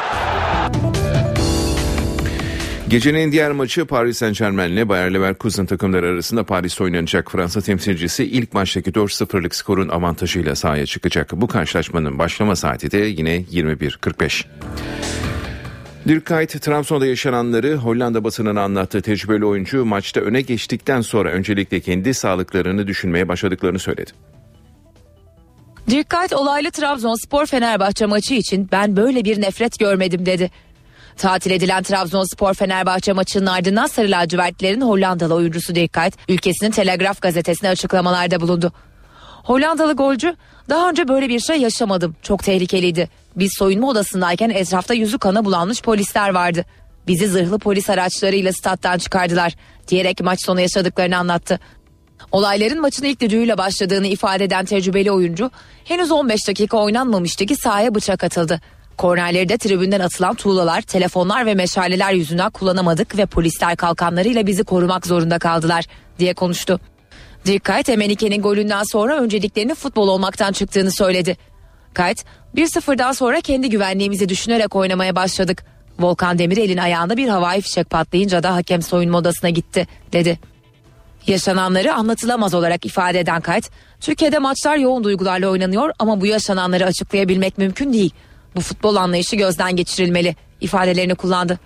Gecenin diğer maçı Paris Saint-Germain ile Bayer Leverkusen takımları arasında Paris'te oynanacak. Fransa temsilcisi ilk maçtaki dört sıfırlık skorun avantajıyla sahaya çıkacak. Bu karşılaşmanın başlama saati de yine yirmi bir kırk beş. Dirk Kuyt, Trabzon'da yaşananları Hollanda basınına anlattığı tecrübeli oyuncu maçta öne geçtikten sonra öncelikle kendi sağlıklarını düşünmeye başladıklarını söyledi. Dirk Kuyt olaylı Trabzonspor Fenerbahçe maçı için ben böyle bir nefret görmedim dedi. Tatil edilen Trabzonspor Fenerbahçe maçının ardından Sarı Lacivertlilerin Hollandalı oyuncusu Dirk Kuyt ülkesinin Telegraf gazetesine açıklamalarda bulundu. Hollandalı golcü, daha önce böyle bir şey yaşamadım, çok tehlikeliydi. Biz soyunma odasındayken etrafta yüzü kana bulanmış polisler vardı. Bizi zırhlı polis araçlarıyla stat'tan çıkardılar diyerek maç sonu yaşadıklarını anlattı. Olayların maçın ilk düdüğüyle başladığını ifade eden tecrübeli oyuncu, henüz on beş dakika oynanmamıştı ki sahaya bıçak atıldı. Kornerleri de tribünden atılan tuğlalar, telefonlar ve meşaleler yüzünden kullanamadık ve polisler kalkanlarıyla bizi korumak zorunda kaldılar diye konuştu. Dirk Kuyt, Emenike'nin golünden sonra önceliklerinin futbol olmaktan çıktığını söyledi. Kuyt, bir sıfırdan sonra kendi güvenliğimizi düşünerek oynamaya başladık. Volkan Demirel'in ayağında bir havai fişek patlayınca da hakem soyunma odasına gitti, dedi. Yaşananları anlatılamaz olarak ifade eden Kuyt, Türkiye'de maçlar yoğun duygularla oynanıyor ama bu yaşananları açıklayabilmek mümkün değil. Bu futbol anlayışı gözden geçirilmeli. ifadelerini kullandı.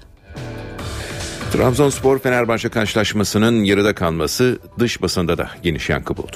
Trabzonspor Fenerbahçe karşılaşmasının yarıda kalması dış basında da geniş yankı buldu.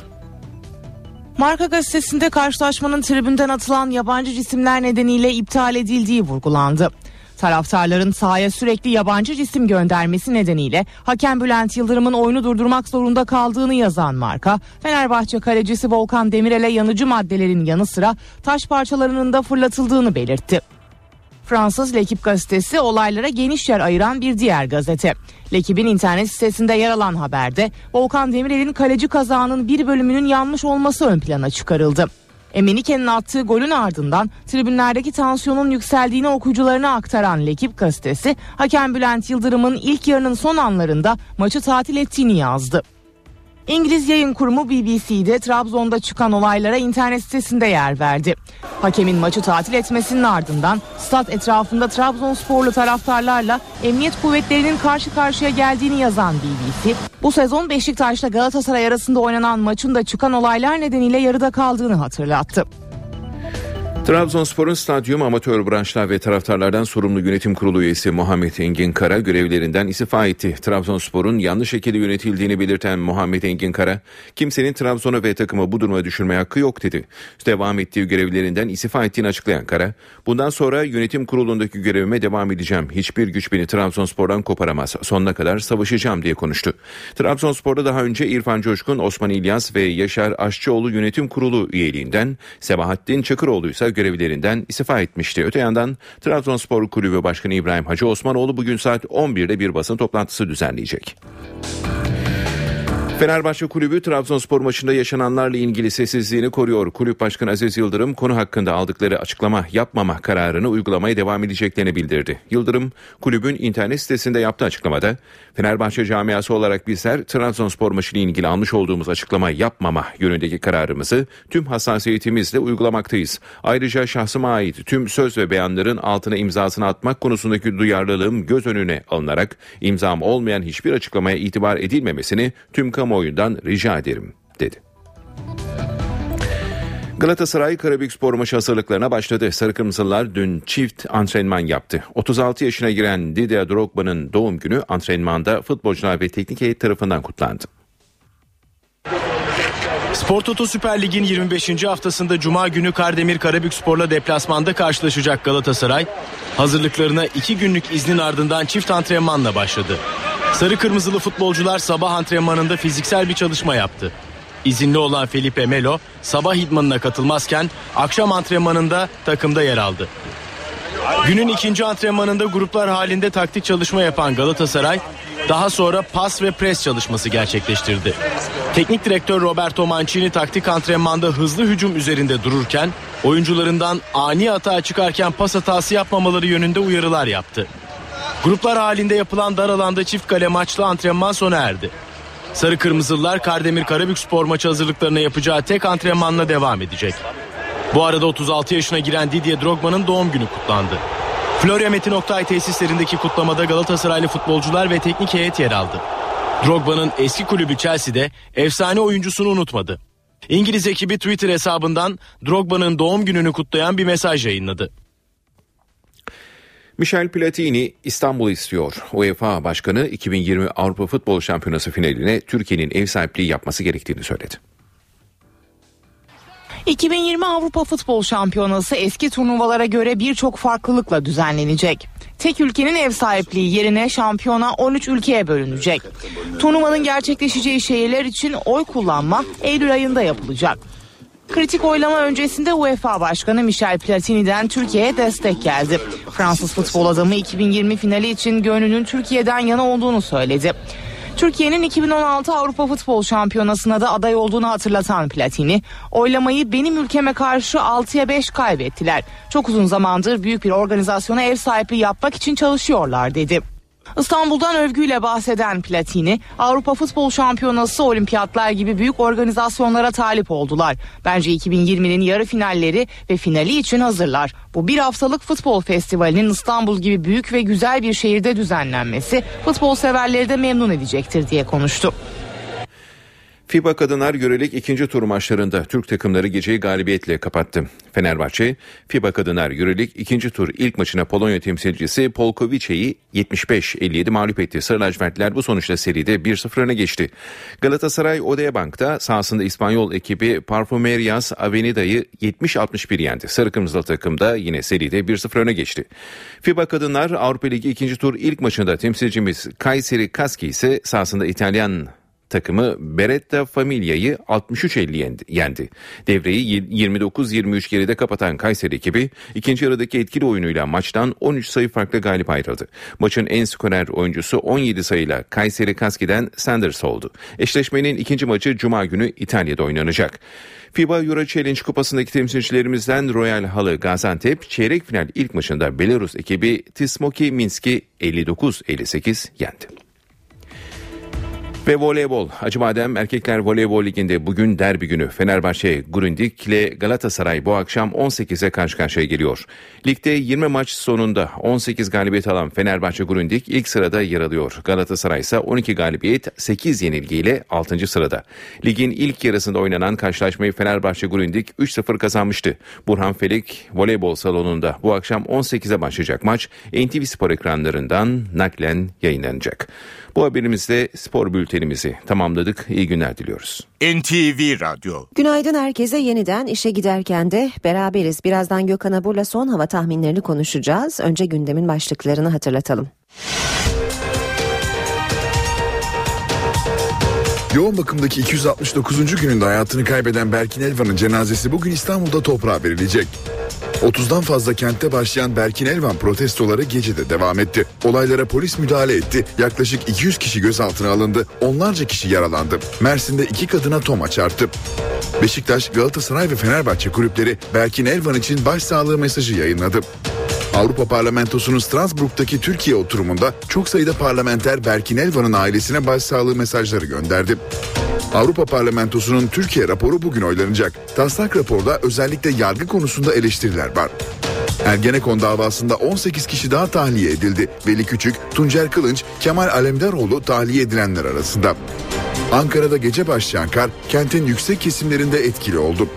Marka gazetesinde karşılaşmanın tribünden atılan yabancı cisimler nedeniyle iptal edildiği vurgulandı. Taraftarların sahaya sürekli yabancı cisim göndermesi nedeniyle hakem Bülent Yıldırım'ın oyunu durdurmak zorunda kaldığını yazan Marka, Fenerbahçe kalecisi Volkan Demirel'e yanıcı maddelerin yanı sıra taş parçalarının da fırlatıldığını belirtti. Fransız L'Equipe gazetesi olaylara geniş yer ayıran bir diğer gazete. L'Equipe'in internet sitesinde yer alan haberde Volkan Demirel'in kaleci kazağının bir bölümünün yanmış olması ön plana çıkarıldı. Emenike'nin attığı golün ardından tribünlerdeki tansiyonun yükseldiğini okuyucularına aktaran L'Equipe gazetesi, hakem Bülent Yıldırım'ın ilk yarının son anlarında maçı tatil ettiğini yazdı. İngiliz yayın kurumu B B C'de Trabzon'da çıkan olaylara internet sitesinde yer verdi. Hakemin maçı tatil etmesinin ardından stat etrafında Trabzonsporlu taraftarlarla emniyet kuvvetlerinin karşı karşıya geldiğini yazan B B C, bu sezon Beşiktaş'la Galatasaray arasında oynanan maçın da çıkan olaylar nedeniyle yarıda kaldığını hatırlattı. Trabzonspor'un stadyum, amatör branşlar ve taraftarlardan sorumlu yönetim kurulu üyesi Muhammed Engin Kara görevlerinden istifa etti. Trabzonspor'un yanlış şekilde yönetildiğini belirten Muhammed Engin Kara, kimsenin Trabzon'u ve takımı bu duruma düşürme hakkı yok dedi. Devam ettiği görevlerinden istifa ettiğini açıklayan Kara, bundan sonra yönetim kurulundaki görevime devam edeceğim. Hiçbir güç beni Trabzonspor'dan koparamaz. Sonuna kadar savaşacağım diye konuştu. Trabzonspor'da daha önce İrfan Coşkun, Osman İlyas ve Yaşar Aşçıoğlu yönetim kurulu üyeliğinden, Sebahattin Çakıroğlu ise görevlerinden istifa etmişti. Öte yandan Trabzonspor Kulübü Başkanı İbrahim Hacı Osmanoğlu bugün saat on birde bir basın toplantısı düzenleyecek. Fenerbahçe Kulübü Trabzonspor maçında yaşananlarla ilgili sessizliğini koruyor. Kulüp Başkanı Aziz Yıldırım konu hakkında aldıkları açıklama yapmama kararını uygulamaya devam edeceklerini bildirdi. Yıldırım, kulübün internet sitesinde yaptığı açıklamada, Fenerbahçe camiası olarak bizler Trabzonspor maçıyla ilgili almış olduğumuz açıklama yapmama yönündeki kararımızı tüm hassasiyetimizle uygulamaktayız. Ayrıca şahsıma ait tüm söz ve beyanların altına imzasını atmak konusundaki duyarlılığım göz önüne alınarak imzam olmayan hiçbir açıklamaya itibar edilmemesini tüm kamuoyundan rica ederim, dedi. Galatasaray Karabükspor maçı hazırlıklarına başladı. Sarı Kırmızılar dün çift antrenman yaptı. otuz altı yaşına giren Didier Drogba'nın doğum günü antrenmanda futbolcular ve teknik heyet tarafından kutlandı. Spor Toto Süper Lig'in yirmi beşinci haftasında Cuma günü Kardemir Karabükspor'la deplasmanda karşılaşacak Galatasaray, hazırlıklarına iki günlük iznin ardından çift antrenmanla başladı. Sarı Kırmızılı futbolcular sabah antrenmanında fiziksel bir çalışma yaptı. İzinli olan Felipe Melo sabah idmanına katılmazken akşam antrenmanında takımda yer aldı. Günün ikinci antrenmanında gruplar halinde taktik çalışma yapan Galatasaray daha sonra pas ve pres çalışması gerçekleştirdi. Teknik direktör Roberto Mancini taktik antrenmanda hızlı hücum üzerinde dururken oyuncularından ani hata çıkarken pas hatası yapmamaları yönünde uyarılar yaptı. Gruplar halinde yapılan dar alanda çift kale maçlı antrenman sona erdi. Sarı Kırmızılılar Kardemir Karabükspor maçı hazırlıklarına yapacağı tek antrenmanla devam edecek. Bu arada otuz altı yaşına giren Didier Drogba'nın doğum günü kutlandı. Florya Metin Oktay tesislerindeki kutlamada Galatasaraylı futbolcular ve teknik heyet yer aldı. Drogba'nın eski kulübü Chelsea'de efsane oyuncusunu unutmadı. İngiliz ekibi Twitter hesabından Drogba'nın doğum gününü kutlayan bir mesaj yayınladı. Michel Platini İstanbul'u istiyor. UEFA Başkanı iki bin yirmi Avrupa Futbol Şampiyonası finaline Türkiye'nin ev sahipliği yapması gerektiğini söyledi. iki bin yirmi Avrupa Futbol Şampiyonası eski turnuvalara göre birçok farklılıkla düzenlenecek. Tek ülkenin ev sahipliği yerine şampiyona on üç ülkeye bölünecek. Turnuvanın gerçekleşeceği şehirler için oy kullanma Eylül ayında yapılacak. Kritik oylama öncesinde UEFA Başkanı Michel Platini'den Türkiye'ye destek geldi. Fransız futbol adamı iki bin yirmi finali için gönlünün Türkiye'den yana olduğunu söyledi. Türkiye'nin iki bin on altı Avrupa Futbol Şampiyonası'na da aday olduğunu hatırlatan Platini, oylamayı benim ülkeme karşı altıya beş kaybettiler. Çok uzun zamandır büyük bir organizasyona ev sahipliği yapmak için çalışıyorlar, dedi. İstanbul'dan övgüyle bahseden Platini, Avrupa Futbol Şampiyonası, olimpiyatlar gibi büyük organizasyonlara talip oldular. Bence iki bin yirminin yarı finalleri ve finali için hazırlar. Bu bir haftalık futbol festivalinin İstanbul gibi büyük ve güzel bir şehirde düzenlenmesi futbol severleri de memnun edecektir, diye konuştu. FIBA Kadınlar Euroleague ikinci tur maçlarında Türk takımları geceyi galibiyetle kapattı. Fenerbahçe, FIBA Kadınlar Euroleague ikinci tur ilk maçına Polonya temsilcisi Polkowice'yi yetmiş beş elli yedi mağlup etti. Sarı lacivertliler bu sonuçla seride bir sıfır öne geçti. Galatasaray Odeabank'ta sahasında İspanyol ekibi Parfumerias Avenida'yı yetmiş altmış bir yendi. Sarı kırmızılı takım da yine seride bir sıfır öne geçti. FIBA Kadınlar Avrupa Ligi ikinci tur ilk maçında temsilcimiz Kayseri Kaski ise sahasında İtalyan takımı Beretta Famiglia'yı altmış üç elli yendi. Devreyi yirmi dokuz yirmi üç geride kapatan Kayseri ekibi ikinci yarıdaki etkili oyunuyla maçtan on üç sayı farklı galip ayrıldı. Maçın en skorer oyuncusu on yedi sayıyla Kayseri Kaski'den Sanders oldu. Eşleşmenin ikinci maçı Cuma günü İtalya'da oynanacak. FIBA Euro Challenge Kupası'ndaki temsilcilerimizden Royal Halı Gaziantep çeyrek final ilk maçında Belarus ekibi Tismoki Minsk'i elli dokuz elli sekiz yendi. Ve voleybol. Acıbadem Erkekler Voleybol Ligi'nde bugün derbi günü. Fenerbahçe Grundig ile Galatasaray bu akşam on sekize karşı karşıya geliyor. Ligde yirmi maç sonunda on sekiz galibiyet alan Fenerbahçe Grundig ilk sırada yer alıyor. Galatasaray ise on iki galibiyet sekiz yenilgiyle altıncı sırada. Ligin ilk yarısında oynanan karşılaşmayı Fenerbahçe Grundig üç sıfır kazanmıştı. Burhan Felik Voleybol Salonu'nda bu akşam on sekize başlayacak maç N T V Spor ekranlarından naklen yayınlanacak. Bu haberimizle spor bültenimizi tamamladık. İyi günler diliyoruz. N T V Radyo. Günaydın herkese, yeniden işe giderken de beraberiz. Birazdan Gökhan Abur'la son hava tahminlerini konuşacağız. Önce gündemin başlıklarını hatırlatalım. Yoğun bakımdaki iki yüz altmış dokuzuncu gününde hayatını kaybeden Berkin Elvan'ın cenazesi bugün İstanbul'da toprağa verilecek. otuzdan fazla kentte başlayan Berkin Elvan protestoları gecede devam etti. Olaylara polis müdahale etti. Yaklaşık iki yüz kişi gözaltına alındı. Onlarca kişi yaralandı. Mersin'de iki kadına toma çarptı. Beşiktaş, Galatasaray ve Fenerbahçe kulüpleri Berkin Elvan için başsağlığı mesajı yayınladı. Avrupa Parlamentosu'nun Strasbourg'daki Türkiye oturumunda çok sayıda parlamenter Berkin Elvan'ın ailesine başsağlığı mesajları gönderdi. Avrupa Parlamentosu'nun Türkiye raporu bugün oylanacak. Taslak raporda özellikle yargı konusunda eleştiriler var. Ergenekon davasında on sekiz kişi daha tahliye edildi. Veli Küçük, Tuncer Kılınç, Kemal Alemdaroğlu tahliye edilenler arasında. Ankara'da gece başlayan kar kentin yüksek kesimlerinde etkili oldu.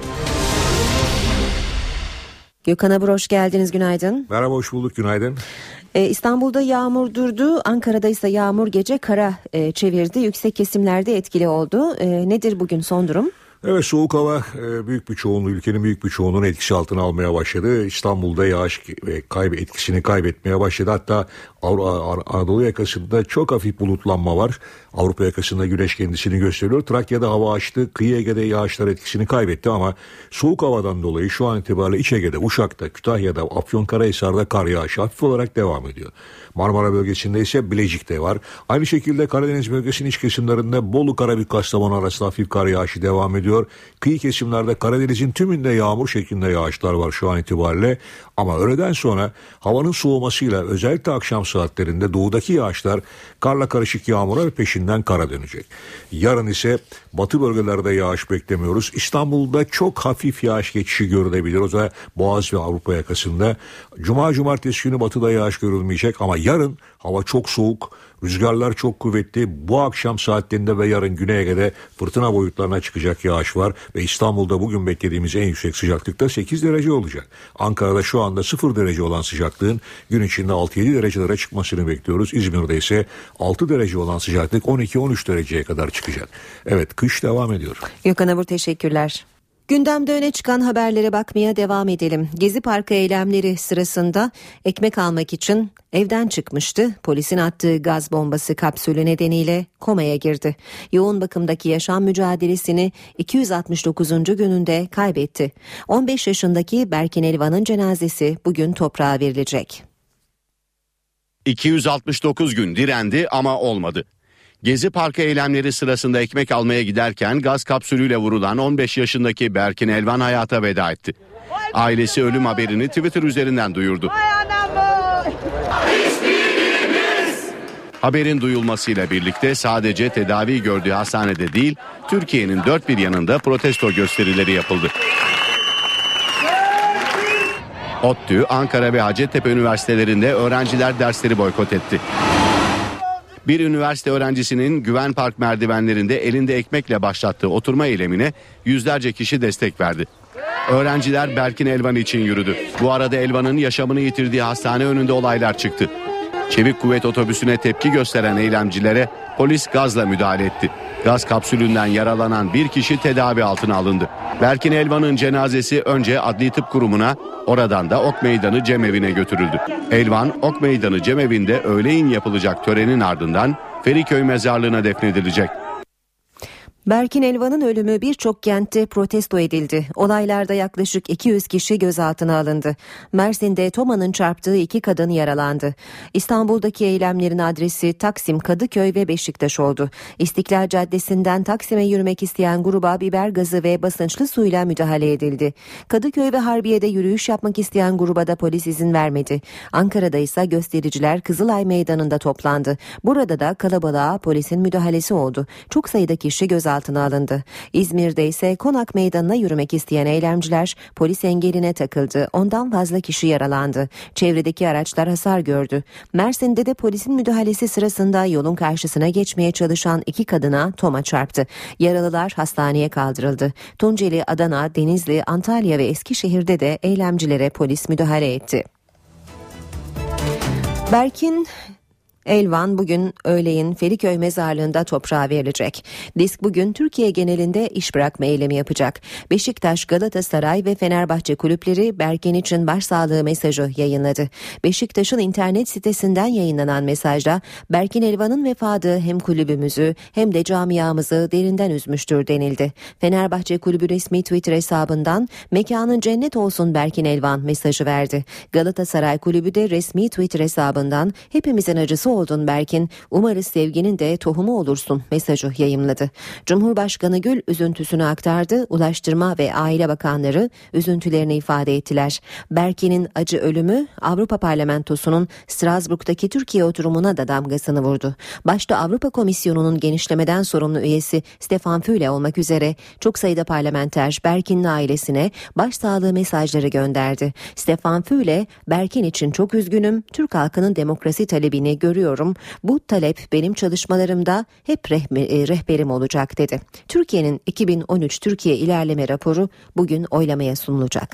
Gökhan Abur, hoş geldiniz, günaydın. Merhaba, hoş bulduk, günaydın. Ee, İstanbul'da yağmur durdu, Ankara'da ise yağmur gece kara e, çevirdi, yüksek kesimlerde etkili oldu. E, nedir bugün son durum? Evet, soğuk hava büyük bir çoğunluğu, ülkenin büyük bir çoğunluğunu etkisi altına almaya başladı. İstanbul'da yağış ve kaybe, etkisini kaybetmeye başladı. Hatta Anadolu yakasında çok hafif bulutlanma var. Avrupa yakasında güneş kendisini gösteriyor. Trakya'da hava açtı. Kıyı Ege'de yağışlar etkisini kaybetti ama soğuk havadan dolayı şu an itibariyle İç Ege'de, Uşak'ta, Kütahya'da, Afyonkarahisar'da kar yağışı hafif olarak devam ediyor. Marmara bölgesinde ise Bilecik'te var. Aynı şekilde Karadeniz bölgesinin iç kesimlerinde Bolu, Karabük, Kastamonu arasında hafif kar yağışı devam ediyor. Kıyı kesimlerde Karadeniz'in tümünde yağmur şeklinde yağışlar var şu an itibariyle. Ama öğleden sonra havanın soğumasıyla özellikle akşam saatlerinde doğudaki yağışlar karla karışık yağmura ve peşinden kara dönecek. Yarın ise batı bölgelerde yağış beklemiyoruz. İstanbul'da çok hafif yağış geçişi görülebilir. O da Boğaz ve Avrupa yakasında. Cuma cumartesi günü batıda yağış görülmeyecek ama yarın hava çok soğuk. Rüzgarlar çok kuvvetli. Bu akşam saatlerinde ve yarın Güney Ege'de fırtına boyutlarına çıkacak yağış var. Ve İstanbul'da bugün beklediğimiz en yüksek sıcaklıkta sekiz derece olacak. Ankara'da şu anda sıfır derece olan sıcaklığın gün içinde altı yedi derecelere çıkmasını bekliyoruz. İzmir'de ise altı derece olan sıcaklık on iki on üç dereceye kadar çıkacak. Evet, kış devam ediyor. Gökhan Abur, teşekkürler. Gündemde öne çıkan haberlere bakmaya devam edelim. Gezi Parkı eylemleri sırasında ekmek almak için evden çıkmıştı. Polisin attığı gaz bombası kapsülü nedeniyle komaya girdi. Yoğun bakımdaki yaşam mücadelesini iki yüz altmış dokuzuncu gününde kaybetti. on beş yaşındaki Berkin Elvan'ın cenazesi bugün toprağa verilecek. iki yüz altmış dokuz gün direndi ama olmadı. Gezi Parkı eylemleri sırasında ekmek almaya giderken gaz kapsülüyle vurulan on beş yaşındaki Berkin Elvan hayata veda etti. Ailesi ölüm haberini Twitter üzerinden duyurdu. Haberin duyulmasıyla birlikte sadece tedavi gördüğü hastanede değil, Türkiye'nin dört bir yanında protesto gösterileri yapıldı. ODTÜ, Ankara ve Hacettepe üniversitelerinde öğrenciler dersleri boykot etti. Bir üniversite öğrencisinin Güven Park merdivenlerinde elinde ekmekle başlattığı oturma eylemine yüzlerce kişi destek verdi. Öğrenciler Berkin Elvan için yürüdü. Bu arada Elvan'ın yaşamını yitirdiği hastane önünde olaylar çıktı. Çevik kuvvet otobüsüne tepki gösteren eylemcilere polis gazla müdahale etti. Gaz kapsülünden yaralanan bir kişi tedavi altına alındı. Berkin Elvan'ın cenazesi önce Adli Tıp Kurumu'na, oradan da Ok Meydanı Cemevi'ne götürüldü. Elvan, Ok Meydanı Cemevi'nde öğleyin yapılacak törenin ardından Feriköy mezarlığına defnedilecek. Berkin Elvan'ın ölümü birçok kentte protesto edildi. Olaylarda yaklaşık iki yüz kişi gözaltına alındı. Mersin'de Toma'nın çarptığı iki kadın yaralandı. İstanbul'daki eylemlerin adresi Taksim, Kadıköy ve Beşiktaş oldu. İstiklal Caddesi'nden Taksim'e yürümek isteyen gruba biber gazı ve basınçlı suyla müdahale edildi. Kadıköy ve Harbiye'de yürüyüş yapmak isteyen gruba da polis izin vermedi. Ankara'da ise göstericiler Kızılay Meydanı'nda toplandı. Burada da kalabalığa polisin müdahalesi oldu. Çok sayıda kişi gözaltına altına alındı. İzmir'de ise Konak Meydanı'na yürümek isteyen eylemciler polis engeline takıldı. Ondan fazla kişi yaralandı. Çevredeki araçlar hasar gördü. Mersin'de de polisin müdahalesi sırasında yolun karşısına geçmeye çalışan iki kadına Toma çarptı. Yaralılar hastaneye kaldırıldı. Tunceli, Adana, Denizli, Antalya ve Eskişehir'de de eylemcilere polis müdahale etti. Berkin Elvan bugün öğleyin Feriköy mezarlığında toprağa verilecek. Disk bugün Türkiye genelinde iş bırakma eylemi yapacak. Beşiktaş, Galatasaray ve Fenerbahçe kulüpleri Berkin için başsağlığı mesajı yayınladı. Beşiktaş'ın internet sitesinden yayınlanan mesajda Berkin Elvan'ın vefatı hem kulübümüzü hem de camiamızı derinden üzmüştür denildi. Fenerbahçe kulübü resmi Twitter hesabından mekanın cennet olsun Berkin Elvan mesajı verdi. Galatasaray kulübü de resmi Twitter hesabından hepimizin acısı oldun Berkin, umarız sevginin de tohumu olursun mesajı yayımladı. Cumhurbaşkanı Gül üzüntüsünü aktardı. Ulaştırma ve Aile Bakanları üzüntülerini ifade ettiler. Berkin'in acı ölümü Avrupa Parlamentosu'nun Strasbourg'daki Türkiye oturumuna da damgasını vurdu. Başta Avrupa Komisyonu'nun genişlemeden sorumlu üyesi Stefan Füle olmak üzere çok sayıda parlamenter Berkin'in ailesine başsağlığı mesajları gönderdi. Stefan Füle, Berkin için çok üzgünüm, Türk halkının demokrasi talebini görüyorum. Bu talep benim çalışmalarımda hep rehberim olacak dedi. Türkiye'nin iki bin on üç Türkiye İlerleme Raporu bugün oylamaya sunulacak.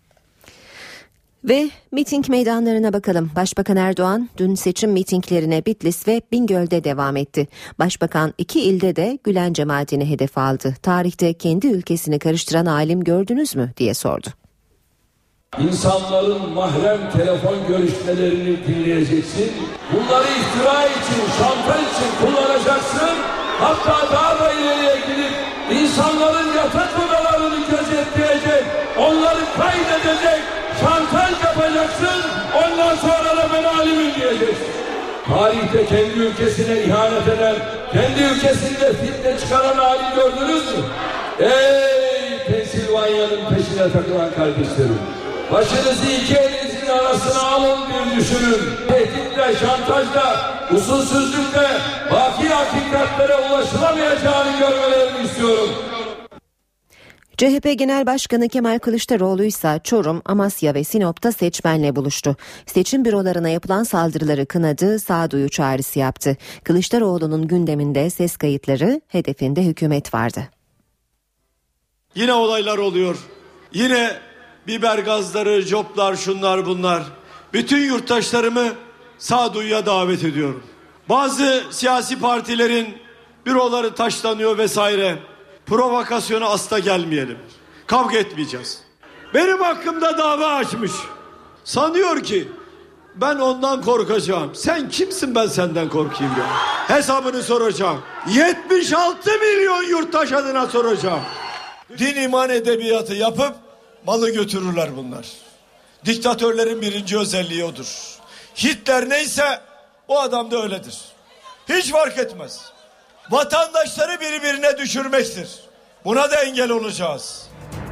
Ve miting meydanlarına bakalım. Başbakan Erdoğan dün seçim mitinglerine Bitlis ve Bingöl'de devam etti. Başbakan iki ilde de Gülen cemaatini hedef aldı. Tarihte kendi ülkesini karıştıran alim gördünüz mü diye sordu. İnsanların mahrem telefon görüşmelerini dinleyeceksin. Bunları iftira için, şantaj için kullanacaksın. Hatta daha da ileriye gidip insanların yatak odalarını gözetleyecek, onları kaydedecek, şantaj yapacaksın. Ondan sonra da ben alimim diyeceksin. Tarihte kendi ülkesine ihanet eden, kendi ülkesinde fitne çıkaran alim gördünüz mü? Ey Pensilvanya'nın peşine takılan kardeşlerim! Başınızı iki elinizin arasına alın bir düşünün. Tehditle, şantajla, usulsüzlükle baki hakikatlere ulaşılamayacağını görmelerini istiyorum. C H P Genel Başkanı Kemal Kılıçdaroğlu ise Çorum, Amasya ve Sinop'ta seçmenle buluştu. Seçim bürolarına yapılan saldırıları kınadı, sağduyu çağrısı yaptı. Kılıçdaroğlu'nun gündeminde ses kayıtları, hedefinde hükümet vardı. Yine olaylar oluyor. Yine biber gazları, coplar, şunlar bunlar. Bütün yurttaşlarımı sağduyuya davet ediyorum. Bazı siyasi partilerin büroları taşlanıyor vesaire. Provokasyona asla gelmeyelim. Kavga etmeyeceğiz. Benim hakkımda dava açmış. Sanıyor ki ben ondan korkacağım. Sen kimsin ben senden korkayım ya? Hesabını soracağım. yetmiş altı milyon yurttaş adına soracağım. Din iman edebiyatı yapıp malı götürürler bunlar. Diktatörlerin birinci özelliği odur. Hitler neyse o adam da öyledir. Hiç fark etmez. Vatandaşları birbirine düşürmektir. Buna da engel olacağız.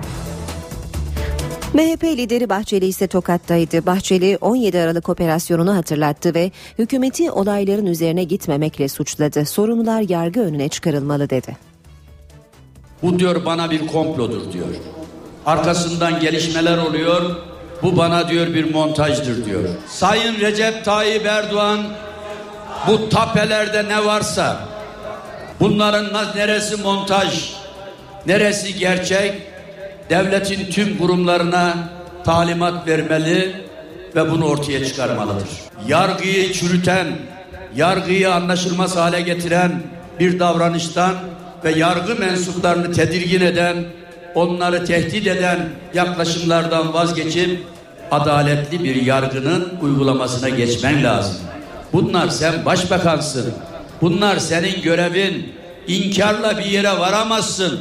M H P lideri Bahçeli ise Tokat'taydı. Bahçeli on yedi Aralık operasyonunu hatırlattı ve hükümeti olayların üzerine gitmemekle suçladı. Sorumlular yargı önüne çıkarılmalı dedi. Bu diyor bana bir komplodur diyor. Arkasından gelişmeler oluyor. Bu bana diyor bir montajdır diyor. Sayın Recep Tayyip Erdoğan Bu tapelerde ne varsa, bunların neresi montaj, neresi gerçek, devletin tüm kurumlarına talimat vermeli ve bunu ortaya çıkarmalıdır. Yargıyı çürüten, yargıyı anlaşılmaz hale getiren bir davranıştan ve yargı mensuplarını tedirgin eden, onları tehdit eden yaklaşımlardan vazgeçip adaletli bir yargının uygulamasına geçmen lazım. Bunlar, sen başbakansın. Bunlar senin görevin. İnkarla bir yere varamazsın.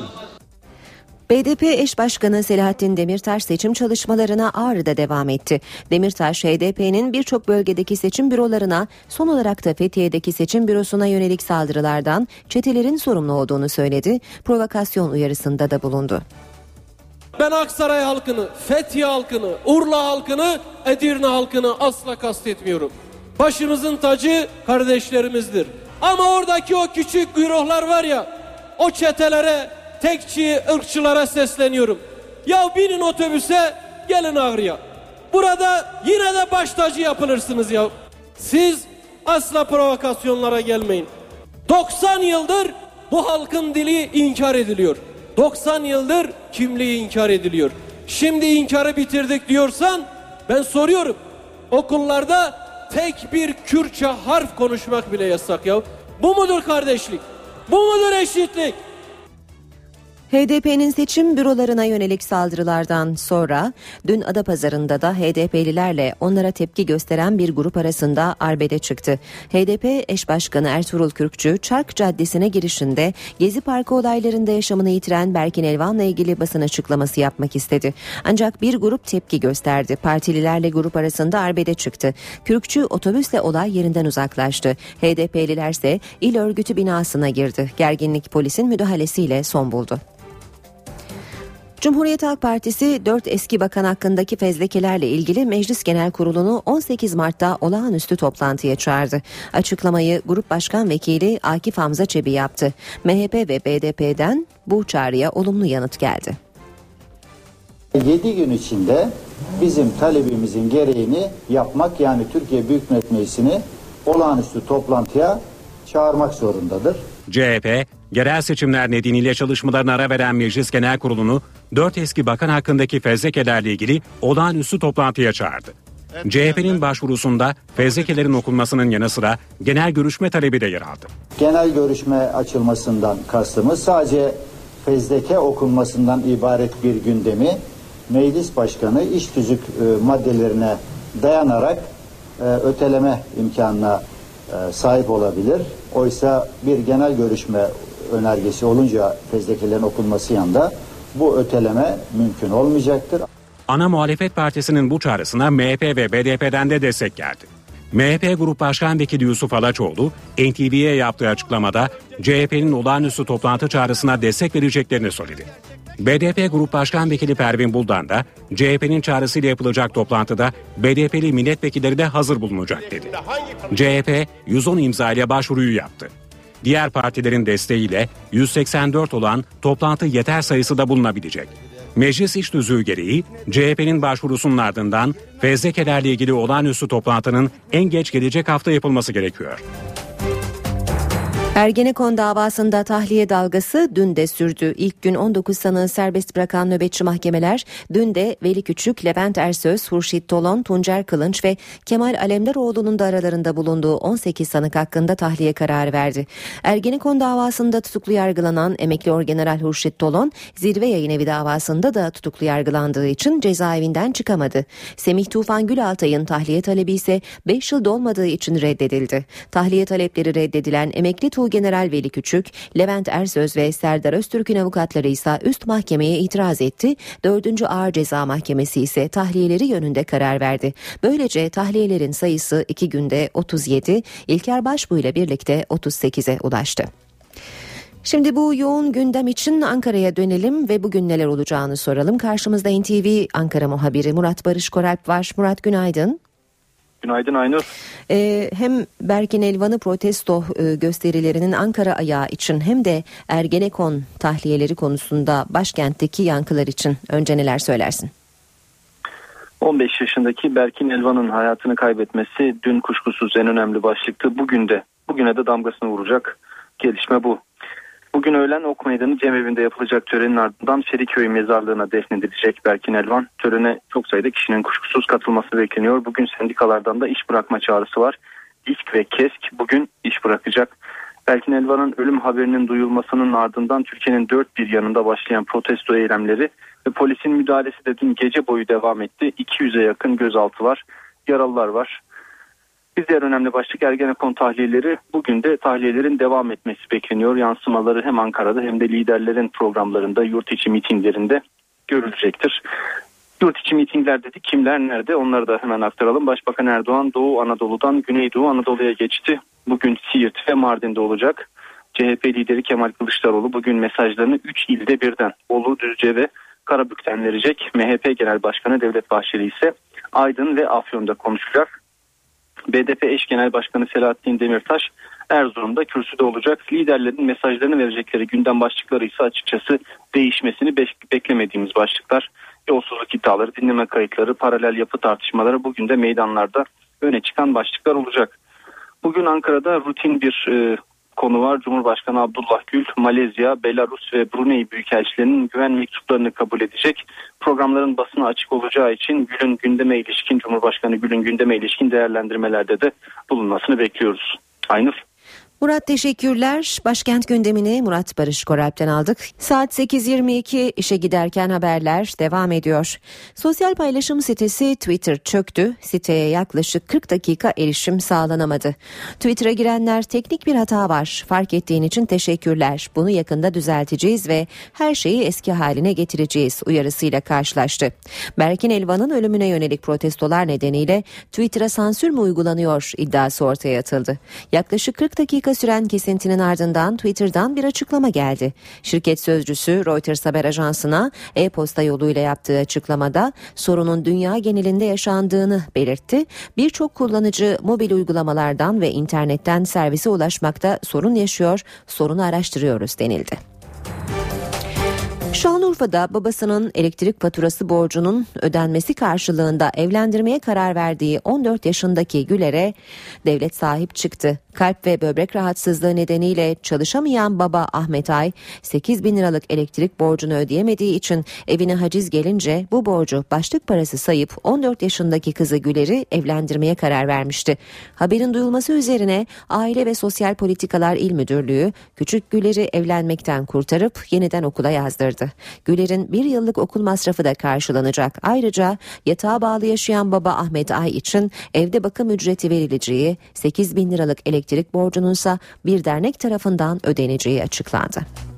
B D P eş başkanı Selahattin Demirtaş seçim çalışmalarına Ağrı'da devam etti. Demirtaş, H D P'nin birçok bölgedeki seçim bürolarına, son olarak da Fethiye'deki seçim bürosuna yönelik saldırılardan çetelerin sorumlu olduğunu söyledi. Provokasyon uyarısında da bulundu. Ben Aksaray halkını, Fethiye halkını, Urla halkını, Edirne halkını asla kastetmiyorum. Başımızın tacı kardeşlerimizdir. Ama oradaki o küçük güruhlar var ya, o çetelere, tekçi, ırkçılara sesleniyorum. Ya binin otobüse, gelin Ağrı'ya. Burada yine de baş tacı yapılırsınız ya. Siz asla provokasyonlara gelmeyin. doksan yıldır bu halkın dili inkar ediliyor. doksan yıldır kimliği inkar ediliyor. Şimdi inkarı bitirdik diyorsan, ben soruyorum. Okullarda tek bir Kürtçe harf konuşmak bile yasak ya. Bu mudur kardeşlik? Bu mudur eşitlik? H D P'nin seçim bürolarına yönelik saldırılardan sonra dün Adapazarı'nda da H D P'lilerle onlara tepki gösteren bir grup arasında arbede çıktı. H D P eş başkanı Ertuğrul Kürkçü, Çark Caddesi'ne girişinde Gezi Parkı olaylarında yaşamını yitiren Berkin Elvan'la ilgili basın açıklaması yapmak istedi. Ancak bir grup tepki gösterdi. Partililerle grup arasında arbede çıktı. Kürkçü otobüsle olay yerinden uzaklaştı. H D P'liler ise il örgütü binasına girdi. Gerginlik polisin müdahalesiyle son buldu. Cumhuriyet Halk Partisi dört eski bakan hakkındaki fezlekelerle ilgili Meclis Genel Kurulu'nu on sekiz Mart'ta olağanüstü toplantıya çağırdı. Açıklamayı Grup Başkan Vekili Akif Hamza Çebi yaptı. M H P ve B D P'den bu çağrıya olumlu yanıt geldi. yedi gün içinde bizim talebimizin gereğini yapmak, yani Türkiye Büyük Millet Meclisi'ni olağanüstü toplantıya çağırmak zorundadır. C H P, yerel seçimler nedeniyle çalışmalarına ara veren Meclis Genel Kurulu'nu dört eski bakan hakkındaki fezlekelerle ilgili olağanüstü toplantıya çağırdı. C H P'nin başvurusunda fezlekelerin okunmasının yanı sıra genel görüşme talebi de yer aldı. Genel görüşme açılmasından kastımız sadece fezleke okunmasından ibaret bir gündemi Meclis Başkanı iş tüzük e, maddelerine dayanarak e, öteleme imkanına e, sahip olabilir. Oysa bir genel görüşme önergesi olunca fezlekelerin okunması yanında bu öteleme mümkün olmayacaktır. Ana Muhalefet Partisi'nin bu çağrısına M H P ve B D P'den de destek geldi. M H P Grup Başkan Vekili Yusuf Alaçoğlu, N T V'ye yaptığı açıklamada C H P'nin olağanüstü toplantı çağrısına destek vereceklerini söyledi. B D P Grup Başkan Vekili Pervin Buldan da C H P'nin çağrısıyla yapılacak toplantıda B D P'li milletvekilleri de hazır bulunacak dedi. C H P yüz on imza ile başvuruyu yaptı. Diğer partilerin desteğiyle yüz seksen dört olan toplantı yeter sayısı da bulunabilecek. Meclis iş tüzüğü gereği C H P'nin başvurusunun ardından fezlekelerle ilgili olağanüstü toplantının en geç gelecek hafta yapılması gerekiyor. Ergenekon davasında tahliye dalgası dün de sürdü. İlk gün on dokuz sanığı serbest bırakan nöbetçi mahkemeler dün de Veli Küçük, Levent Ersöz, Hurşit Tolon, Tuncer Kılınç ve Kemal Alemdaroğlu'nun da aralarında bulunduğu on sekiz sanık hakkında tahliye kararı verdi. Ergenekon davasında tutuklu yargılanan emekli orgeneral Hurşit Tolon, Zirve Yayınevi davasında da tutuklu yargılandığı için cezaevinden çıkamadı. Semih Tufan Gülaltay'ın tahliye talebi ise beş yıl dolmadığı için reddedildi. Tahliye talepleri reddedilen emekli General Veli Küçük, Levent Ersöz ve Serdar Öztürk'ün avukatları ise üst mahkemeye itiraz etti. Dördüncü Ağır Ceza Mahkemesi ise tahliyeleri yönünde karar verdi. Böylece tahliyelerin sayısı iki günde otuz yedi, İlker Başbuğ ile birlikte otuz sekize ulaştı. Şimdi bu yoğun gündem için Ankara'ya dönelim ve bugün neler olacağını soralım. Karşımızda N T V Ankara muhabiri Murat Barış Koralp var. Murat, günaydın. Günaydın Aynur. Ee, hem Berkin Elvan'ı protesto e, gösterilerinin Ankara ayağı için hem de Ergenekon tahliyeleri konusunda başkentteki yankılar için önce neler söylersin? on beş yaşındaki Berkin Elvan'ın hayatını kaybetmesi dün kuşkusuz en önemli başlıktı. Bugün de Bugüne de damgasını vuracak gelişme bu. Bugün öğlen Ok Meydanı Cemevi'nde yapılacak törenin ardından Feriköy mezarlığına defnedilecek Berkin Elvan. Törene çok sayıda kişinin kuşkusuz katılması bekleniyor. Bugün sendikalardan da iş bırakma çağrısı var. İSK ve KESK bugün iş bırakacak. Berkin Elvan'ın ölüm haberinin duyulmasının ardından Türkiye'nin dört bir yanında başlayan protesto eylemleri ve polisin müdahalesi de dün gece boyu devam etti. iki yüze yakın gözaltı var, yaralılar var. Bir diğer önemli başlık Ergenekon tahliyeleri. Bugün de tahliyelerin devam etmesi bekleniyor. Yansımaları hem Ankara'da hem de liderlerin programlarında, yurt içi mitinglerinde görülecektir. Yurt içi mitingler dedik. Kimler nerede? Onları da hemen aktaralım. Başbakan Erdoğan Doğu Anadolu'dan Güneydoğu Anadolu'ya geçti. Bugün Siirt ve Mardin'de olacak. C H P lideri Kemal Kılıçdaroğlu bugün mesajlarını üç ilde birden Bolu, Düzce ve Karabük'ten verecek. M H P Genel Başkanı Devlet Bahçeli ise Aydın ve Afyon'da konuşacak. B D P eş genel başkanı Selahattin Demirtaş Erzurum'da kürsüde olacak. Liderlerin mesajlarını verecekleri gündem başlıkları ise açıkçası değişmesini bek- beklemediğimiz başlıklar. Yolsuzluk iddiaları, dinleme kayıtları, paralel yapı tartışmaları bugün de meydanlarda öne çıkan başlıklar olacak. Bugün Ankara'da rutin bir e, konu var. Cumhurbaşkanı Abdullah Gül, Malezya, Belarus ve Brunei büyükelçilerinin güven mektuplarını kabul edecek. Programların basına açık olacağı için Gül'ün gündeme ilişkin, Cumhurbaşkanı Gül'ün gündeme ilişkin değerlendirmelerde de bulunmasını bekliyoruz. Aynur. Murat teşekkürler. Başkent gündemini Murat Barış Koralp'ten aldık. Saat sekiz yirmi iki işe giderken haberler devam ediyor. Sosyal paylaşım sitesi Twitter çöktü. Siteye yaklaşık kırk dakika erişim sağlanamadı. Twitter'a girenler teknik bir hata var. Fark ettiğin için teşekkürler. Bunu yakında düzelteceğiz ve her şeyi eski haline getireceğiz uyarısıyla karşılaştı. Berkin Elvan'ın ölümüne yönelik protestolar nedeniyle Twitter'a sansür mü uygulanıyor iddiası ortaya atıldı. Yaklaşık kırk dakika süren kesintinin ardından Twitter'dan bir açıklama geldi. Şirket sözcüsü Reuters haber ajansına e-posta yoluyla yaptığı açıklamada sorunun dünya genelinde yaşandığını belirtti. Birçok kullanıcı mobil uygulamalardan ve internetten servise ulaşmakta sorun yaşıyor, sorunu araştırıyoruz denildi. Şanlıurfa'da babasının elektrik faturası borcunun ödenmesi karşılığında evlendirmeye karar verdiği on dört yaşındaki Güler'e devlet sahip çıktı. Kalp ve böbrek rahatsızlığı nedeniyle çalışamayan baba Ahmet Ay sekiz bin liralık elektrik borcunu ödeyemediği için evine haciz gelince bu borcu başlık parası sayıp on dört yaşındaki kızı Güler'i evlendirmeye karar vermişti. Haberin duyulması üzerine Aile ve Sosyal Politikalar İl Müdürlüğü küçük Güler'i evlenmekten kurtarıp yeniden okula yazdırdı. Güler'in bir yıllık okul masrafı da karşılanacak. Ayrıca yatağa bağlı yaşayan baba Ahmet Ay için evde bakım ücreti verileceği, sekiz bin liralık elektrik borcununsa bir dernek tarafından ödeneceği açıklandı.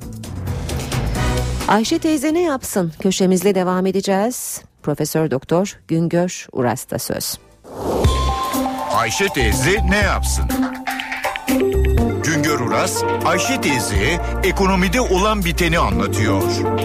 Ayşe teyze ne yapsın? Köşemizle devam edeceğiz. Profesör Doktor Güngör Uras'ta söz. Ayşe teyze ne yapsın? Güngör Uras, Ayşe teyze ekonomide olan biteni anlatıyor.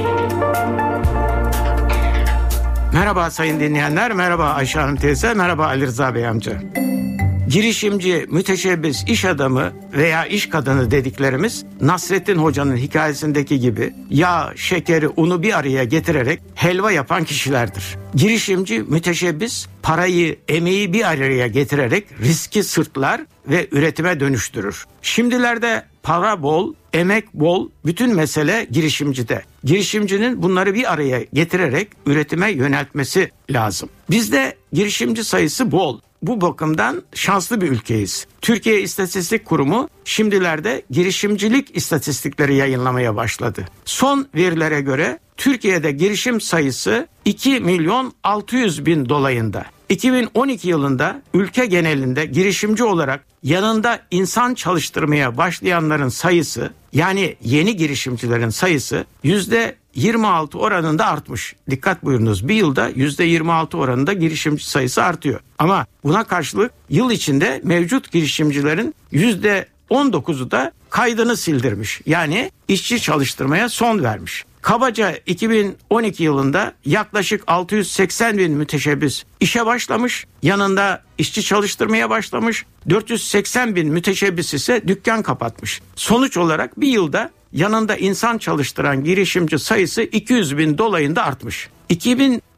Merhaba sayın dinleyenler, merhaba Ayşe Hanım teyze, merhaba Ali Rıza Bey amca. Girişimci, müteşebbis, iş adamı veya iş kadını dediklerimiz Nasrettin Hoca'nın hikayesindeki gibi yağ, şekeri, unu bir araya getirerek helva yapan kişilerdir. Girişimci, müteşebbis parayı, emeği bir araya getirerek riski sırtlar ve üretime dönüştürür. Şimdilerde para bol, emek bol, bütün mesele girişimcide. Girişimcinin bunları bir araya getirerek üretime yöneltmesi lazım. Bizde girişimci sayısı bol. Bu bakımdan şanslı bir ülkeyiz. Türkiye İstatistik Kurumu şimdilerde girişimcilik istatistikleri yayınlamaya başladı. Son verilere göre Türkiye'de girişim sayısı iki milyon altı yüz bin dolayında. iki bin on iki yılında ülke genelinde girişimci olarak yanında insan çalıştırmaya başlayanların sayısı, yani yeni girişimcilerin sayısı yüzde yirmi altı oranında artmış. Dikkat buyurunuz, bir yılda yüzde yirmi altı oranında girişimci sayısı artıyor. Ama buna karşılık yıl içinde mevcut girişimcilerin yüzde on dokuzu da kaydını sildirmiş. Yani işçi çalıştırmaya son vermiş. Kabaca iki bin on iki yılında yaklaşık altı yüz seksen bin müteşebbis işe başlamış, yanında işçi çalıştırmaya başlamış, dört yüz seksen bin müteşebbis ise dükkan kapatmış. Sonuç olarak bir yılda yanında insan çalıştıran girişimci sayısı iki yüz bin dolayında artmış. iki bin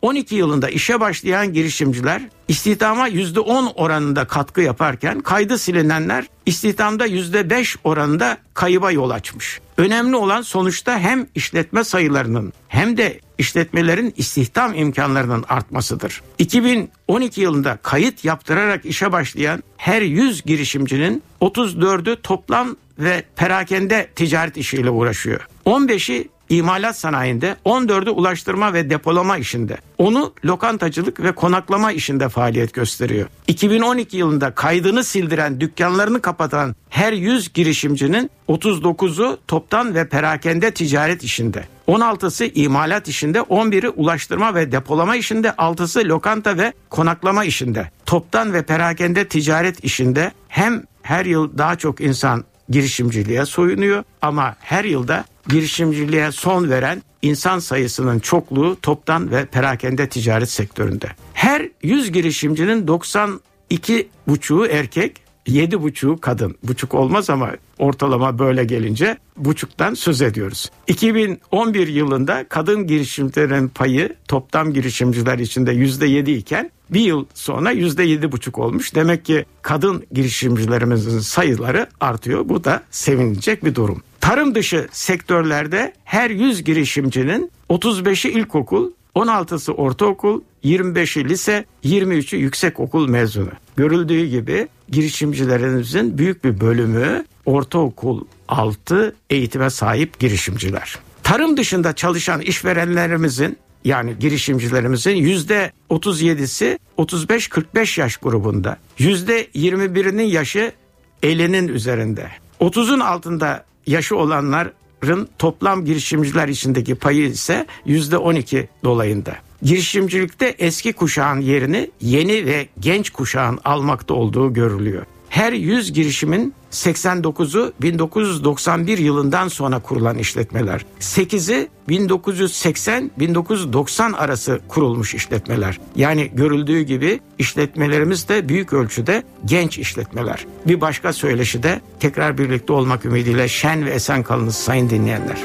on iki yılında işe başlayan girişimciler istihdama yüzde on oranında katkı yaparken kaydı silinenler istihdamda yüzde beş oranında kayıba yol açmış. Önemli olan sonuçta hem işletme sayılarının hem de işletmelerin istihdam imkanlarının artmasıdır. iki bin on iki yılında kayıt yaptırarak işe başlayan her yüz girişimcinin otuz dördü toplam ve perakende ticaret işiyle uğraşıyor. on beşi imalat sanayinde, on dördü ulaştırma ve depolama işinde, onu lokantacılık ve konaklama işinde faaliyet gösteriyor. iki bin on iki yılında kaydını sildiren, dükkanlarını kapatan her yüz girişimcinin otuz dokuzu toptan ve perakende ticaret işinde, on altısı imalat işinde, on biri ulaştırma ve depolama işinde, altısı lokanta ve konaklama işinde. Toptan ve perakende ticaret işinde hem her yıl daha çok insan girişimciliğe soyunuyor ama her yılda girişimciliğe son veren insan sayısının çokluğu toptan ve perakende ticaret sektöründe. Her yüz girişimcinin doksan iki buçuğu erkek, yedi buçuğu kadın. Buçuk olmaz ama ortalama böyle gelince buçuktan söz ediyoruz. iki bin on bir yılında kadın girişimcilerin payı toplam girişimciler içinde yüzde yedi iken bir yıl sonra yüzde yedi buçuk olmuş. Demek ki kadın girişimcilerimizin sayıları artıyor. Bu da sevinilecek bir durum. Tarım dışı sektörlerde her yüz girişimcinin otuz beşi ilkokul, on altısı ortaokul, yirmi beşi lise, yirmi üçü yüksekokul mezunu. Görüldüğü gibi girişimcilerimizin büyük bir bölümü ortaokul altı eğitime sahip girişimciler. Tarım dışında çalışan işverenlerimizin yani girişimcilerimizin yüzde otuz yedisi otuz beş kırk beş yaş grubunda. yüzde yirmi birinin yaşı elli'nin üzerinde. otuzun altında yaşı olanların toplam girişimciler içindeki payı ise yüzde on iki dolayında. Girişimcilikte eski kuşağın yerini yeni ve genç kuşağın almakta olduğu görülüyor. Her yüz girişimin seksen dokuzu bin dokuz yüz doksan bir yılından sonra kurulan işletmeler. sekizi bin dokuz yüz seksen bin dokuz yüz doksan arası kurulmuş işletmeler. Yani görüldüğü gibi işletmelerimiz de büyük ölçüde genç işletmeler. Bir başka söyleşi de tekrar birlikte olmak ümidiyle şen ve esen kalınız sayın dinleyenler.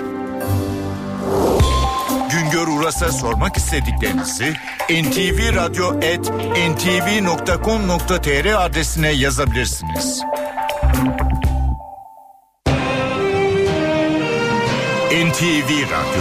Güngör Uras'a sormak istediklerinizi en ti vi radyo at en ti vi nokta com nokta tr adresine yazabilirsiniz. en ti vi Radyo.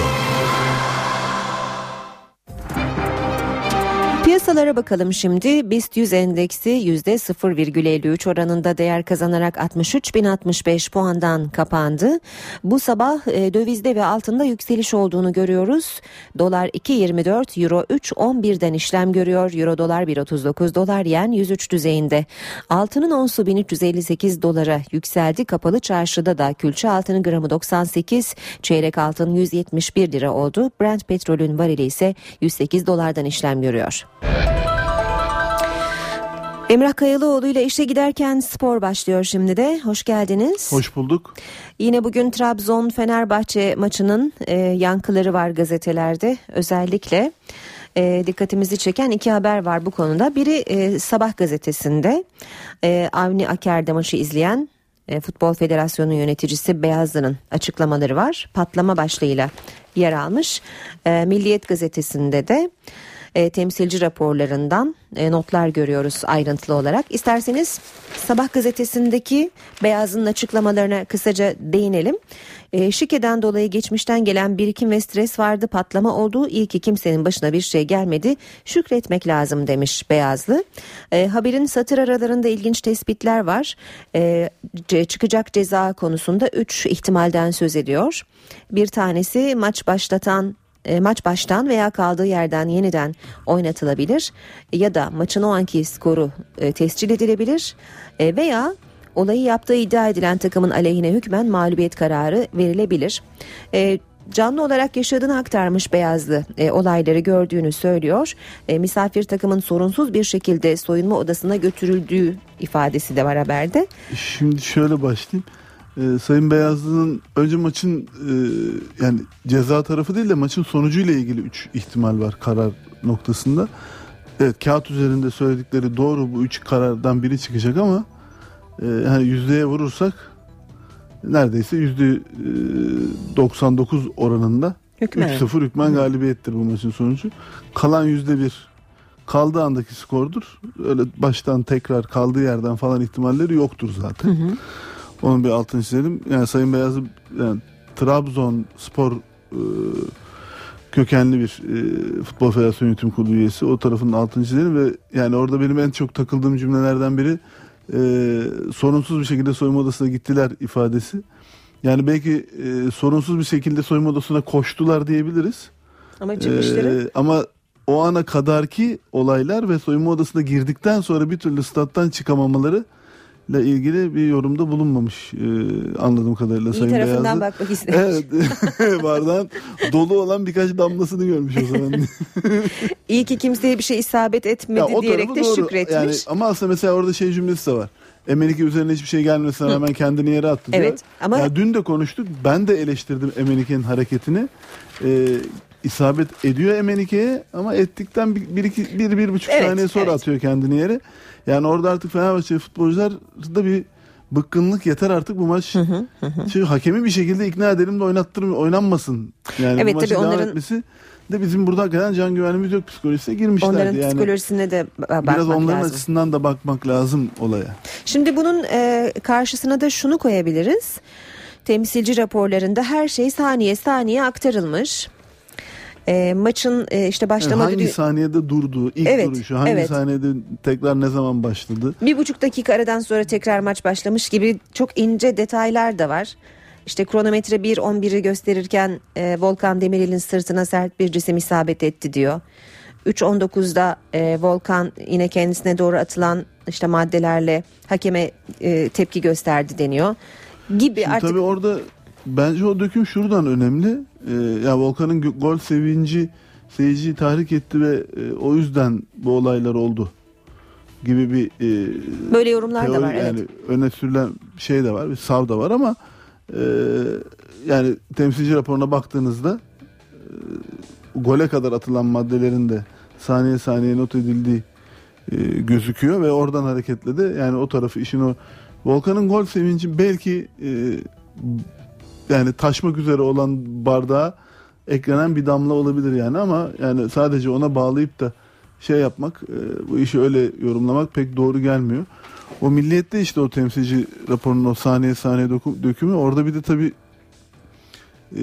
Piyasalara bakalım şimdi. BIST yüz endeksi yüzde sıfır virgül elli üç oranında değer kazanarak altmış üç bin altmış beş puandan kapandı. Bu sabah e, dövizde ve altında yükseliş olduğunu görüyoruz. Dolar iki virgül yirmi dört, Euro üç virgül on birden işlem görüyor. Euro dolar bir virgül otuz dokuz, dolar yen yüz üç düzeyinde. Altının onsu bin üç yüz elli sekiz dolara yükseldi. Kapalı çarşıda da külçe altının gramı doksan sekiz, çeyrek altın yüz yetmiş bir lira oldu. Brent petrolün varili ise yüz sekiz dolardan işlem görüyor. Emrah Kayalıoğlu ile işe giderken spor başlıyor şimdi de. Hoş geldiniz. Hoş bulduk. Yine bugün Trabzon-Fenerbahçe maçının e, yankıları var gazetelerde. Özellikle e, dikkatimizi çeken iki haber var bu konuda. Biri e, Sabah gazetesinde e, Avni Aker'de maçı izleyen e, Futbol Federasyonu yöneticisi Beyazlı'nın açıklamaları var. Patlama başlığıyla yer almış. E, Milliyet gazetesinde de E, temsilci raporlarından e, notlar görüyoruz ayrıntılı olarak. İsterseniz Sabah gazetesindeki Beyazlı'nın açıklamalarına kısaca değinelim. E, şikeden dolayı geçmişten gelen birikim ve stres vardı. Patlama oldu. İyi ki kimsenin başına bir şey gelmedi. Şükretmek lazım demiş Beyazlı. E, haberin satır aralarında ilginç tespitler var. E, çıkacak ceza konusunda üç ihtimalden söz ediyor. Bir tanesi maç başlatan maç baştan veya kaldığı yerden yeniden oynatılabilir ya da maçın o anki skoru e, tescil edilebilir e, veya olayı yaptığı iddia edilen takımın aleyhine hükmen mağlubiyet kararı verilebilir. E, canlı olarak yaşadığını aktarmış Beyazlı, e, olayları gördüğünü söylüyor. E, misafir takımın sorunsuz bir şekilde soyunma odasına götürüldüğü ifadesi de var haberde. Şimdi şöyle başlayayım. Ee, Sayın Beyazlı'nın önce maçın e, yani ceza tarafı değil de maçın sonucuyla ilgili üç ihtimal var karar noktasında. Evet, kağıt üzerinde söyledikleri doğru, bu üç karardan biri çıkacak ama e, yani yüzdeye vurursak neredeyse yüzde doksan dokuz oranında Hükmen. üç sıfır hükmen galibiyettir bu maçın sonucu. Kalan yüzde bir kaldığı andaki skordur. Öyle baştan tekrar kaldığı yerden falan ihtimalleri yoktur zaten. Hı hı. Onun bir altını çizelim. Yani Sayın Beyazlı yani Trabzonspor e, kökenli bir e, Futbol Federasyonu Yönetim Kurulu üyesi. O tarafının altını çizelim ve yani orada benim en çok takıldığım cümlelerden biri e, sorunsuz bir şekilde soyunma odasına gittiler ifadesi. Yani belki e, sorunsuz bir şekilde soyunma odasına koştular diyebiliriz. Ama çıkışları. E, ama o ana kadarki olaylar ve soyunma odasına girdikten sonra bir türlü stat'tan çıkamamaları ile ilgili bir yorumda bulunmamış e, anladığım kadarıyla İyi Sayın tarafından Beyazlı. bakmak istemiş. Evet. Bardağın dolu olan birkaç damlasını görmüş o zaman. İyi ki kimseye bir şey isabet etmedi ya, diyerek de doğru. şükretmiş. Yani, ama aslında mesela orada şey cümlesi de var. Emenike üzerine hiçbir şey gelmesine rağmen kendini yere attı diyor. Evet, ama... Ya dün de konuştuk. Ben de eleştirdim Emenike'nin hareketini. Ee, isabet ediyor Emenike'ye ama ettikten bir, bir, iki, bir, bir buçuk evet, saniye sonra evet. atıyor kendini yere. Yani orada artık Fenerbahçe futbolcular da bir bıkkınlık, yeter artık bu maç. Hı hı, hı. Çünkü hakemi bir şekilde ikna edelim de oynattırım, oynanmasın. Yani evet, bu maçı tabii devam onların... etmesi de bizim burada hakikaten can güvenimiz yok psikolojisine girmişlerdi. Onların yani psikolojisine de bakmak lazım. Biraz onların lazım. açısından da bakmak lazım olaya. Şimdi bunun e, karşısına da şunu koyabiliriz. Temsilci raporlarında her şey saniye saniye aktarılmış. E, maçın e, işte başlamadı. Hangi saniyede durduğu, ilk evet, duruşu, hangi evet. saniyede tekrar ne zaman başladı? Bir buçuk dakika aradan sonra tekrar maç başlamış gibi çok ince detaylar da var. İşte kronometre bir on biri gösterirken e, Volkan Demirel'in sırtına sert bir cisim isabet etti diyor. üç on dokuzda e, Volkan yine kendisine doğru atılan işte maddelerle hakeme e, tepki gösterdi deniyor. Gibi Şimdi artık. Tabii orada bence o döküm şuradan önemli. Ee, ya Volkan'ın gol sevinci seyirciyi tahrik etti ve e, o yüzden bu olaylar oldu gibi bir e, böyle yorumlar teori, da var. Yani evet. öne sürülen şey de var, bir sav da var ama e, yani temsilci raporuna baktığınızda e, gole kadar atılan maddelerin de saniye saniye not edildiği e, gözüküyor ve oradan hareketle de yani o tarafı işin o Volkan'ın gol sevinci belki e, yani taşmak üzere olan bardağa eklenen bir damla olabilir yani ama yani sadece ona bağlayıp da şey yapmak, e, bu işi öyle yorumlamak pek doğru gelmiyor. O Milliyet'te işte o temsilci raporunun o saniye saniye doku, dökümü orada bir de tabii e,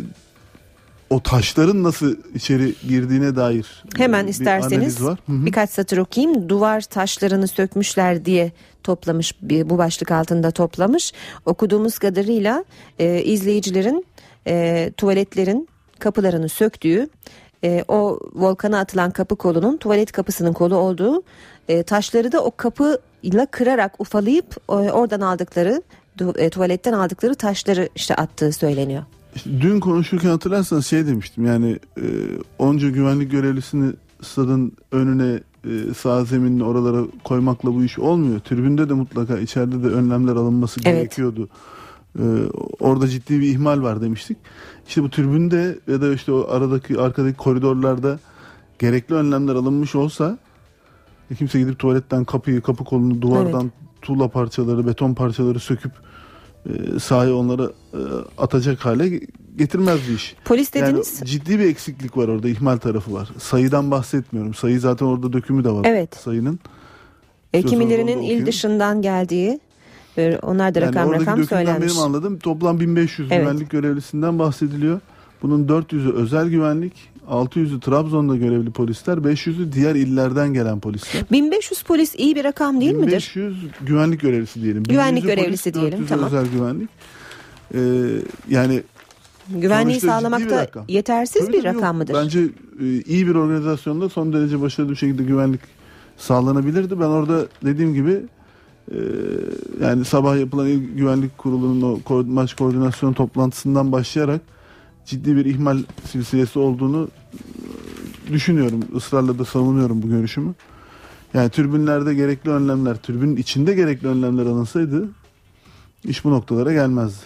o taşların nasıl içeri girdiğine dair hemen bir isterseniz var. Hı hı. birkaç satır okuyayım. Duvar taşlarını sökmüşler diye toplamış, bu başlık altında toplamış. Okuduğumuz kadarıyla e, izleyicilerin e, tuvaletlerin kapılarını söktüğü, e, o volkana atılan kapı kolunun tuvalet kapısının kolu olduğu, e, taşları da o kapıyla kırarak ufalayıp e, oradan aldıkları e, tuvaletten aldıkları taşları işte attığı söyleniyor. İşte dün konuşurken hatırlarsanız şey demiştim yani e, onca güvenlik görevlisini stadın önüne e, sağ zeminine oralara koymakla bu iş olmuyor. Tribünde de mutlaka içeride de önlemler alınması evet. gerekiyordu. E, orada ciddi bir ihmal var demiştik. İşte bu tribünde ya da işte o aradaki arkadaki koridorlarda gerekli önlemler alınmış olsa e, kimse gidip tuvaletten kapıyı, kapı kolunu, duvardan evet. tuğla parçaları, beton parçaları söküp E, sahayı onlara e, atacak hale getirmez bir iş. Polis dediniz. Yani ciddi bir eksiklik var orada, ihmal tarafı var. Sayıdan bahsetmiyorum. Sayı zaten orada dökümü de var. Evet. Sayının. E, kimilerinin il dışından geldiği, onlar da yani rakam rakam söylenmiş. Benim anladığım toplam bin beş yüz evet. güvenlik görevlisinden bahsediliyor. Bunun dört yüzü özel güvenlik, altı yüzü Trabzon'da görevli polisler, beş yüzü diğer illerden gelen polisler. bin beş yüz polis iyi bir rakam değil midir? bin beş yüz güvenlik görevlisi diyelim. Güvenlik görevlisi polis, diyelim, tamam. özel güvenlik. Ee, yani güvenliği sağlamakta yetersiz Tabii bir rakam yok. mıdır? Bence e, iyi bir organizasyonda son derece başarılı bir şekilde güvenlik sağlanabilirdi. Ben orada dediğim gibi e, yani sabah yapılan İl Güvenlik Kurulu'nun o ko- maç koordinasyon toplantısından başlayarak ciddi bir ihmal silsilesi olduğunu düşünüyorum. Israrla da savunuyorum bu görüşümü. Yani tribünlerde gerekli önlemler, tribünün içinde gerekli önlemler alınsaydı iş bu noktalara gelmezdi.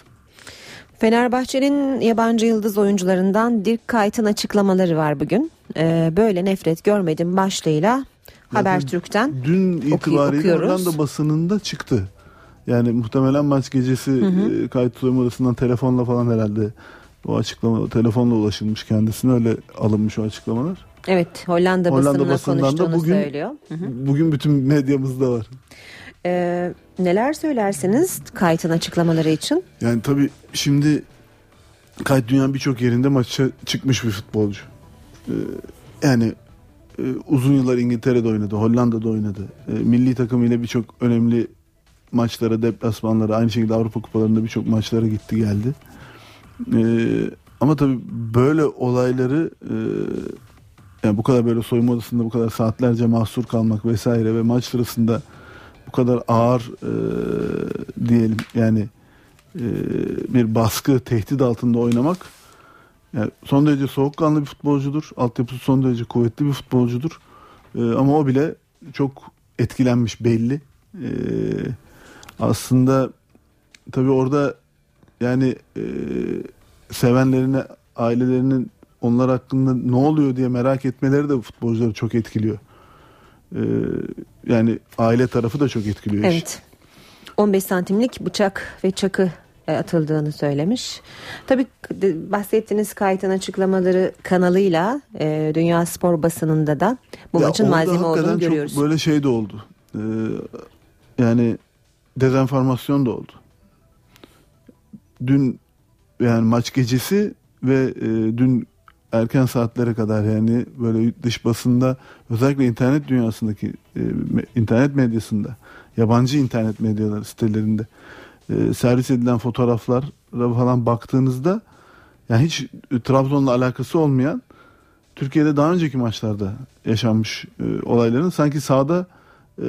Fenerbahçe'nin yabancı yıldız oyuncularından Dirk Kuyt'ın açıklamaları var bugün. Ee, böyle nefret görmedim başlığıyla Habertürk'ten dün itibariyle oradan da basınında çıktı. Yani muhtemelen maç gecesi Kuyt soyunma odasından telefonla falan herhalde O açıklama telefonla ulaşılmış kendisine, öyle alınmış o açıklamalar. Evet, Hollanda, Hollanda basınına konuştuğunu bugün, söylüyor. Hı hı. Bugün bütün medyamızda var. Ee, neler söylersiniz Kayt'ın açıklamaları için? Yani tabii şimdi Kayt dünyanın birçok yerinde maça çıkmış bir futbolcu. Ee, yani e, uzun yıllar İngiltere'de oynadı, Hollanda'da oynadı. E, milli takımıyla birçok önemli maçlara, deplasmanlara, aynı şekilde Avrupa kupalarında birçok maçlara gitti geldi. E, ama tabii böyle olayları e, yani bu kadar böyle soyunma odasında bu kadar saatlerce mahsur kalmak vesaire ve maç sırasında bu kadar ağır e, diyelim yani e, bir baskı, tehdit altında oynamak, yani son derece soğukkanlı bir futbolcudur. Altyapısı son derece kuvvetli bir futbolcudur. E, ama o bile çok etkilenmiş belli. E, aslında tabii orada yani e, sevenlerine, ailelerinin onlar hakkında ne oluyor diye merak etmeleri de futbolcuları çok etkiliyor. Ee, yani aile tarafı da çok etkiliyor. Evet. Iş. on beş santimlik bıçak ve çakı atıldığını söylemiş. Tabii bahsettiğiniz Kayt'ın açıklamaları kanalıyla e, dünya spor basınında da bu ya maçın malzeme olduğunu görüyoruz. Çok böyle şey de oldu. Ee, yani dezenformasyon da oldu. Dün yani maç gecesi ve e, dün erken saatlere kadar yani böyle dış basında, özellikle internet dünyasındaki e, internet medyasında, yabancı internet medyaları sitelerinde e, servis edilen fotoğraflara falan baktığınızda yani hiç e, Trabzon'la alakası olmayan, Türkiye'de daha önceki maçlarda yaşanmış e, olayların sanki sahada e,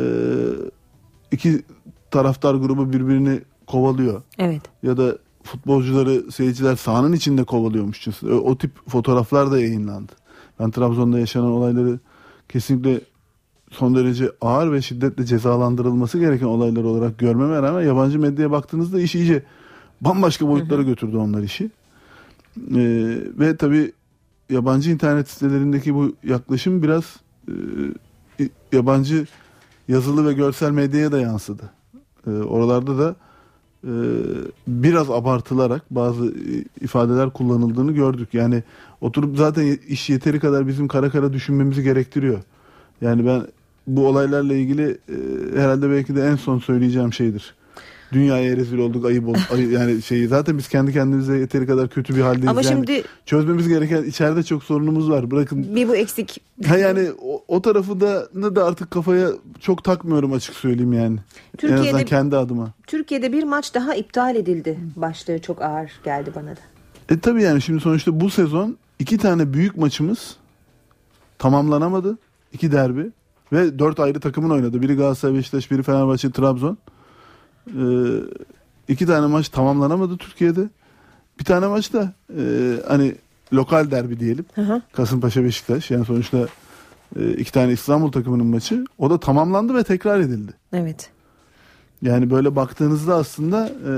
iki taraftar grubu birbirini kovalıyor. Evet. Ya da futbolcuları seyirciler sahanın içinde kovalıyormuş. O tip fotoğraflar da yayınlandı. Ben Trabzon'da yaşanan olayları kesinlikle son derece ağır ve şiddetle cezalandırılması gereken olaylar olarak görmeme rağmen yabancı medyaya baktığınızda iş iyice bambaşka boyutlara götürdü onlar işi. Ee, ve tabii yabancı internet sitelerindeki bu yaklaşım biraz e, yabancı yazılı ve görsel medyaya da yansıdı. E, oralarda da e, biraz abartılarak bazı ifadeler kullanıldığını gördük. Yani oturup zaten iş yeteri kadar bizim kara kara düşünmemizi gerektiriyor. Yani ben bu olaylarla ilgili e, herhalde belki de en son söyleyeceğim şeydir. Dünyaya rezil olduk, ayıp olduk. Ay, yani şeyi zaten biz kendi kendimize yeteri kadar kötü bir haldeyiz. Ama yani şimdi çözmemiz gereken içeride çok sorunumuz var. Bırakın. Bir bu eksik. Ha yani o, o tarafı da ne de artık kafaya çok takmıyorum, açık söyleyeyim yani. Türkiye'de, en azından kendi adıma. Türkiye'de bir maç daha iptal edildi. Başlığı çok ağır geldi bana da. E tabii yani şimdi sonuçta bu sezon iki tane büyük maçımız tamamlanamadı. İki derbi ve dört ayrı takımın oynadı. Biri Galatasaray, Beşiktaş, biri Fenerbahçe, Trabzon. Ee, iki tane maç tamamlanamadı Türkiye'de. Bir tane maç da e, hani lokal derbi diyelim. Hı hı. Kasımpaşa, Beşiktaş. Yani sonuçta e, iki tane İstanbul takımının maçı. O da tamamlandı ve tekrar edildi. Evet. Yani böyle baktığınızda aslında e,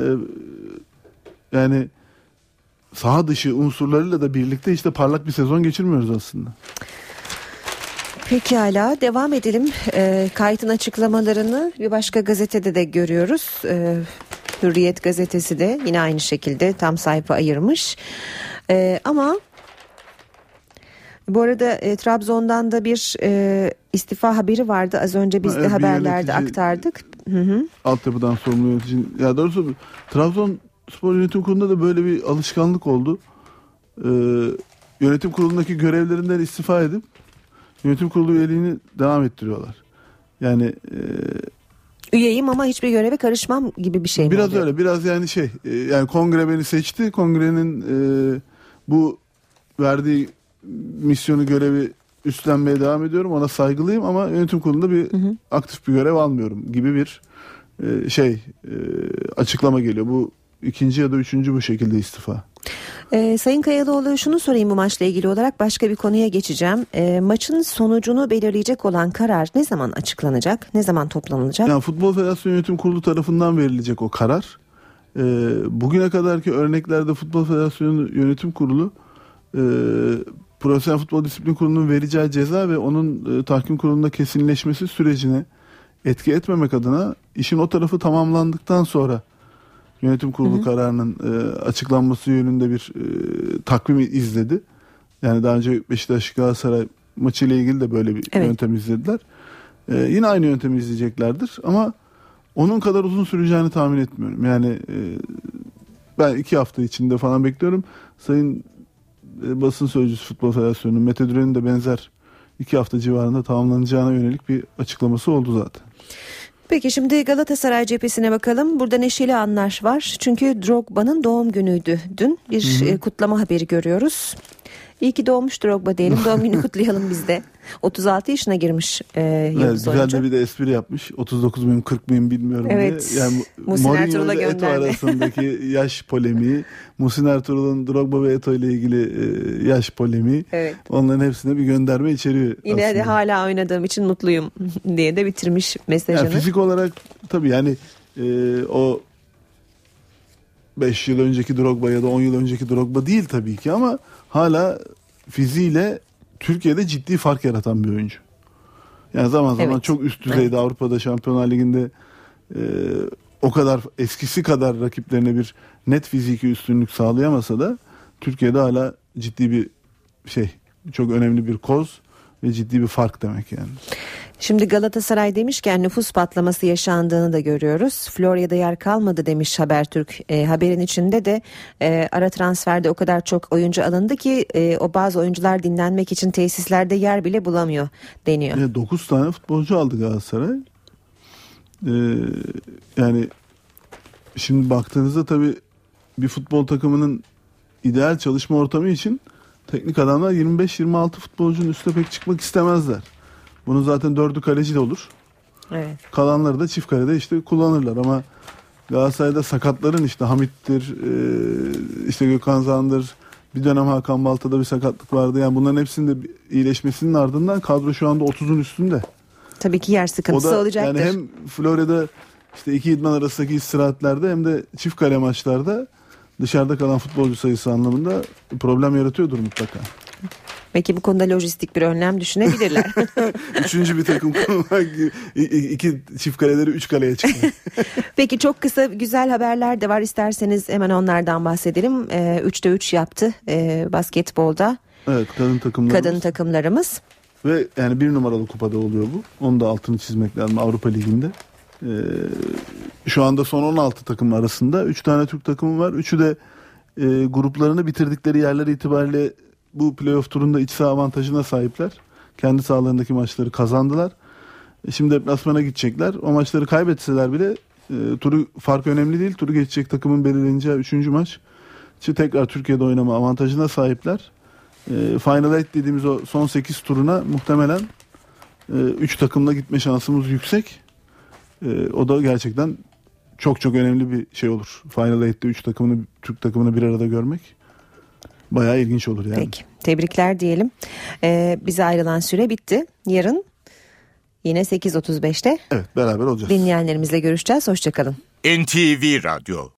yani saha dışı unsurlarıyla da birlikte işte parlak bir sezon geçirmiyoruz aslında. Pekala, devam edelim. E, Kayt'ın açıklamalarını bir başka gazetede de görüyoruz. E, Hürriyet gazetesi de yine aynı şekilde tam sayfa ayırmış. E, ama bu arada e, Trabzon'dan da bir e, istifa haberi vardı. Az önce biz ha, de haberlerde yönetici, aktardık. Hı hı. Altyapıdan sorumlu yönetici. Ya doğrusu Trabzon Spor Yönetim Kurulu'nda da böyle bir alışkanlık oldu. E, yönetim kurulundaki görevlerinden istifa edip yönetim kurulu üyeliğini devam ettiriyorlar. Yani e, üyeyim ama hiçbir göreve karışmam gibi bir şey mi biraz oluyor? Öyle, biraz yani şey, e, yani kongre beni seçti. Kongrenin e, bu verdiği misyonu, görevi üstlenmeye devam ediyorum. Ona saygılıyım ama yönetim kurulunda bir hı hı. aktif bir görev almıyorum gibi bir e, şey e, açıklama geliyor. Bu ikinci ya da üçüncü bu şekilde istifa. Ee, Sayın Kayalıoğlu, şunu sorayım bu maçla ilgili olarak, başka bir konuya geçeceğim. Ee, maçın sonucunu belirleyecek olan karar ne zaman açıklanacak? Ne zaman toplanılacak? Yani Futbol Federasyonu Yönetim Kurulu tarafından verilecek o karar. Ee, bugüne kadarki örneklerde Futbol Federasyonu Yönetim Kurulu e, Profesyonel Futbol Disiplin Kurulu'nun vereceği ceza ve onun e, tahkim kurulunda kesinleşmesi sürecine etki etmemek adına işin o tarafı tamamlandıktan sonra yönetim kurulu hı hı. kararının e, açıklanması yönünde bir e, takvim izledi. Yani daha önce Beşiktaş Galatasaray maçıyla ilgili de böyle bir evet. yöntem izlediler. E, yine aynı yöntemi izleyeceklerdir ama onun kadar uzun süreceğini tahmin etmiyorum. Yani e, ben iki hafta içinde falan bekliyorum. Sayın e, Basın Sözcüsü Futbol Federasyonu'nun Mete Düren'in de benzer iki hafta civarında tamamlanacağına yönelik bir açıklaması oldu zaten. Peki şimdi Galatasaray cephesine bakalım. Burada neşeli anlar var. Çünkü Drogba'nın doğum günüydü dün. Bir hı hı. kutlama haberi görüyoruz. İyi ki doğmuş Drogba diyelim. Doğum günü kutlayalım biz de. otuz altı yaşına girmiş e, yıldız evet, güzel oyuncu. De bir de espri yapmış. otuz dokuz muyum kırk mıyım bilmiyorum evet. diye. Yani Muhsin Ertuğrul'a gönderdi. Eto'o arasındaki yaş polemiği. Muhsin Ertuğrul'un Drogba ve Eto'o ile ilgili e, yaş polemiği. Evet. Onların hepsine bir gönderme içeriyor. Yine aslında. de hala oynadığım için mutluyum diye de bitirmiş mesajını. Yani fizik olarak tabii yani e, o beş yıl önceki Drogba ya da on yıl önceki Drogba değil tabii ki ama hala fiziğiyle Türkiye'de ciddi fark yaratan bir oyuncu. Yani zaman zaman evet. çok üst düzeyde evet. Avrupa'da Şampiyonlar Ligi'nde e, o kadar eskisi kadar rakiplerine bir net fiziki üstünlük sağlayamasa da Türkiye'de hala ciddi bir şey, çok önemli bir koz ve ciddi bir fark demek yani. Şimdi Galatasaray demişken nüfus patlaması yaşandığını da görüyoruz. Florya'da yer kalmadı demiş Habertürk. E, haberin içinde de e, ara transferde o kadar çok oyuncu alındı ki e, o bazı oyuncular dinlenmek için tesislerde yer bile bulamıyor deniyor. E, dokuz tane futbolcu aldı Galatasaray. E, yani şimdi baktığınızda tabii bir futbol takımının ideal çalışma ortamı için teknik adamlar yirmi beş yirmi altı futbolcunun üstüne pek çıkmak istemezler. Bunun zaten dördü kaleci de olur. Evet. Kalanları da çift kalede işte kullanırlar ama Galatasaray'da sakatların işte Hamit'tir, işte Gökhan Zan'dır, bir dönem Hakan Balta'da bir sakatlık vardı. Yani bunların hepsinin de iyileşmesinin ardından kadro şu anda otuzun üstünde. Tabii ki yer sıkıntısı o da, olacaktır. Yani hem Florya'da işte iki idman arasındaki istirahatlerde hem de çift kale maçlarda dışarıda kalan futbolcu sayısı anlamında problem yaratıyordur mutlaka. Belki bu konuda lojistik bir önlem düşünebilirler. Üçüncü bir takım kurmak, iki çift kaleleri üç kaleye çıkmak. Peki çok kısa güzel haberler de var. İsterseniz hemen onlardan bahsedelim. Ee, üçte üç yaptı e, basketbolda. Evet, kadın takımlarımız. Kadın takımlarımız. Ve yani bir numaralı kupada oluyor bu. Onu da altını çizmek lazım Avrupa Ligi'nde. Ee, şu anda son on altı takım arasında üç tane Türk takımı var. Üçü de e, gruplarını bitirdikleri yerler itibariyle bu playoff turunda iç saha avantajına sahipler. Kendi sahalarındaki maçları kazandılar. Şimdi deplasmana gidecekler. O maçları kaybetseler bile e, turu fark önemli değil. Turu geçecek takımın belirleneceği üçüncü maç. Şimdi tekrar Türkiye'de oynama avantajına sahipler. E, Final Eight dediğimiz o son sekiz turuna muhtemelen üç e, takımla gitme şansımız yüksek. E, o da gerçekten çok çok önemli bir şey olur. Final Eight'te üç takımını, Türk takımını bir arada görmek bayağı ilginç olur yani. Peki, tebrikler diyelim. Ee, bize ayrılan süre bitti. Yarın yine sekiz otuz beşte evet, beraber olacağız. Dinleyenlerimizle görüşeceğiz. Hoşçakalın. N T V Radyo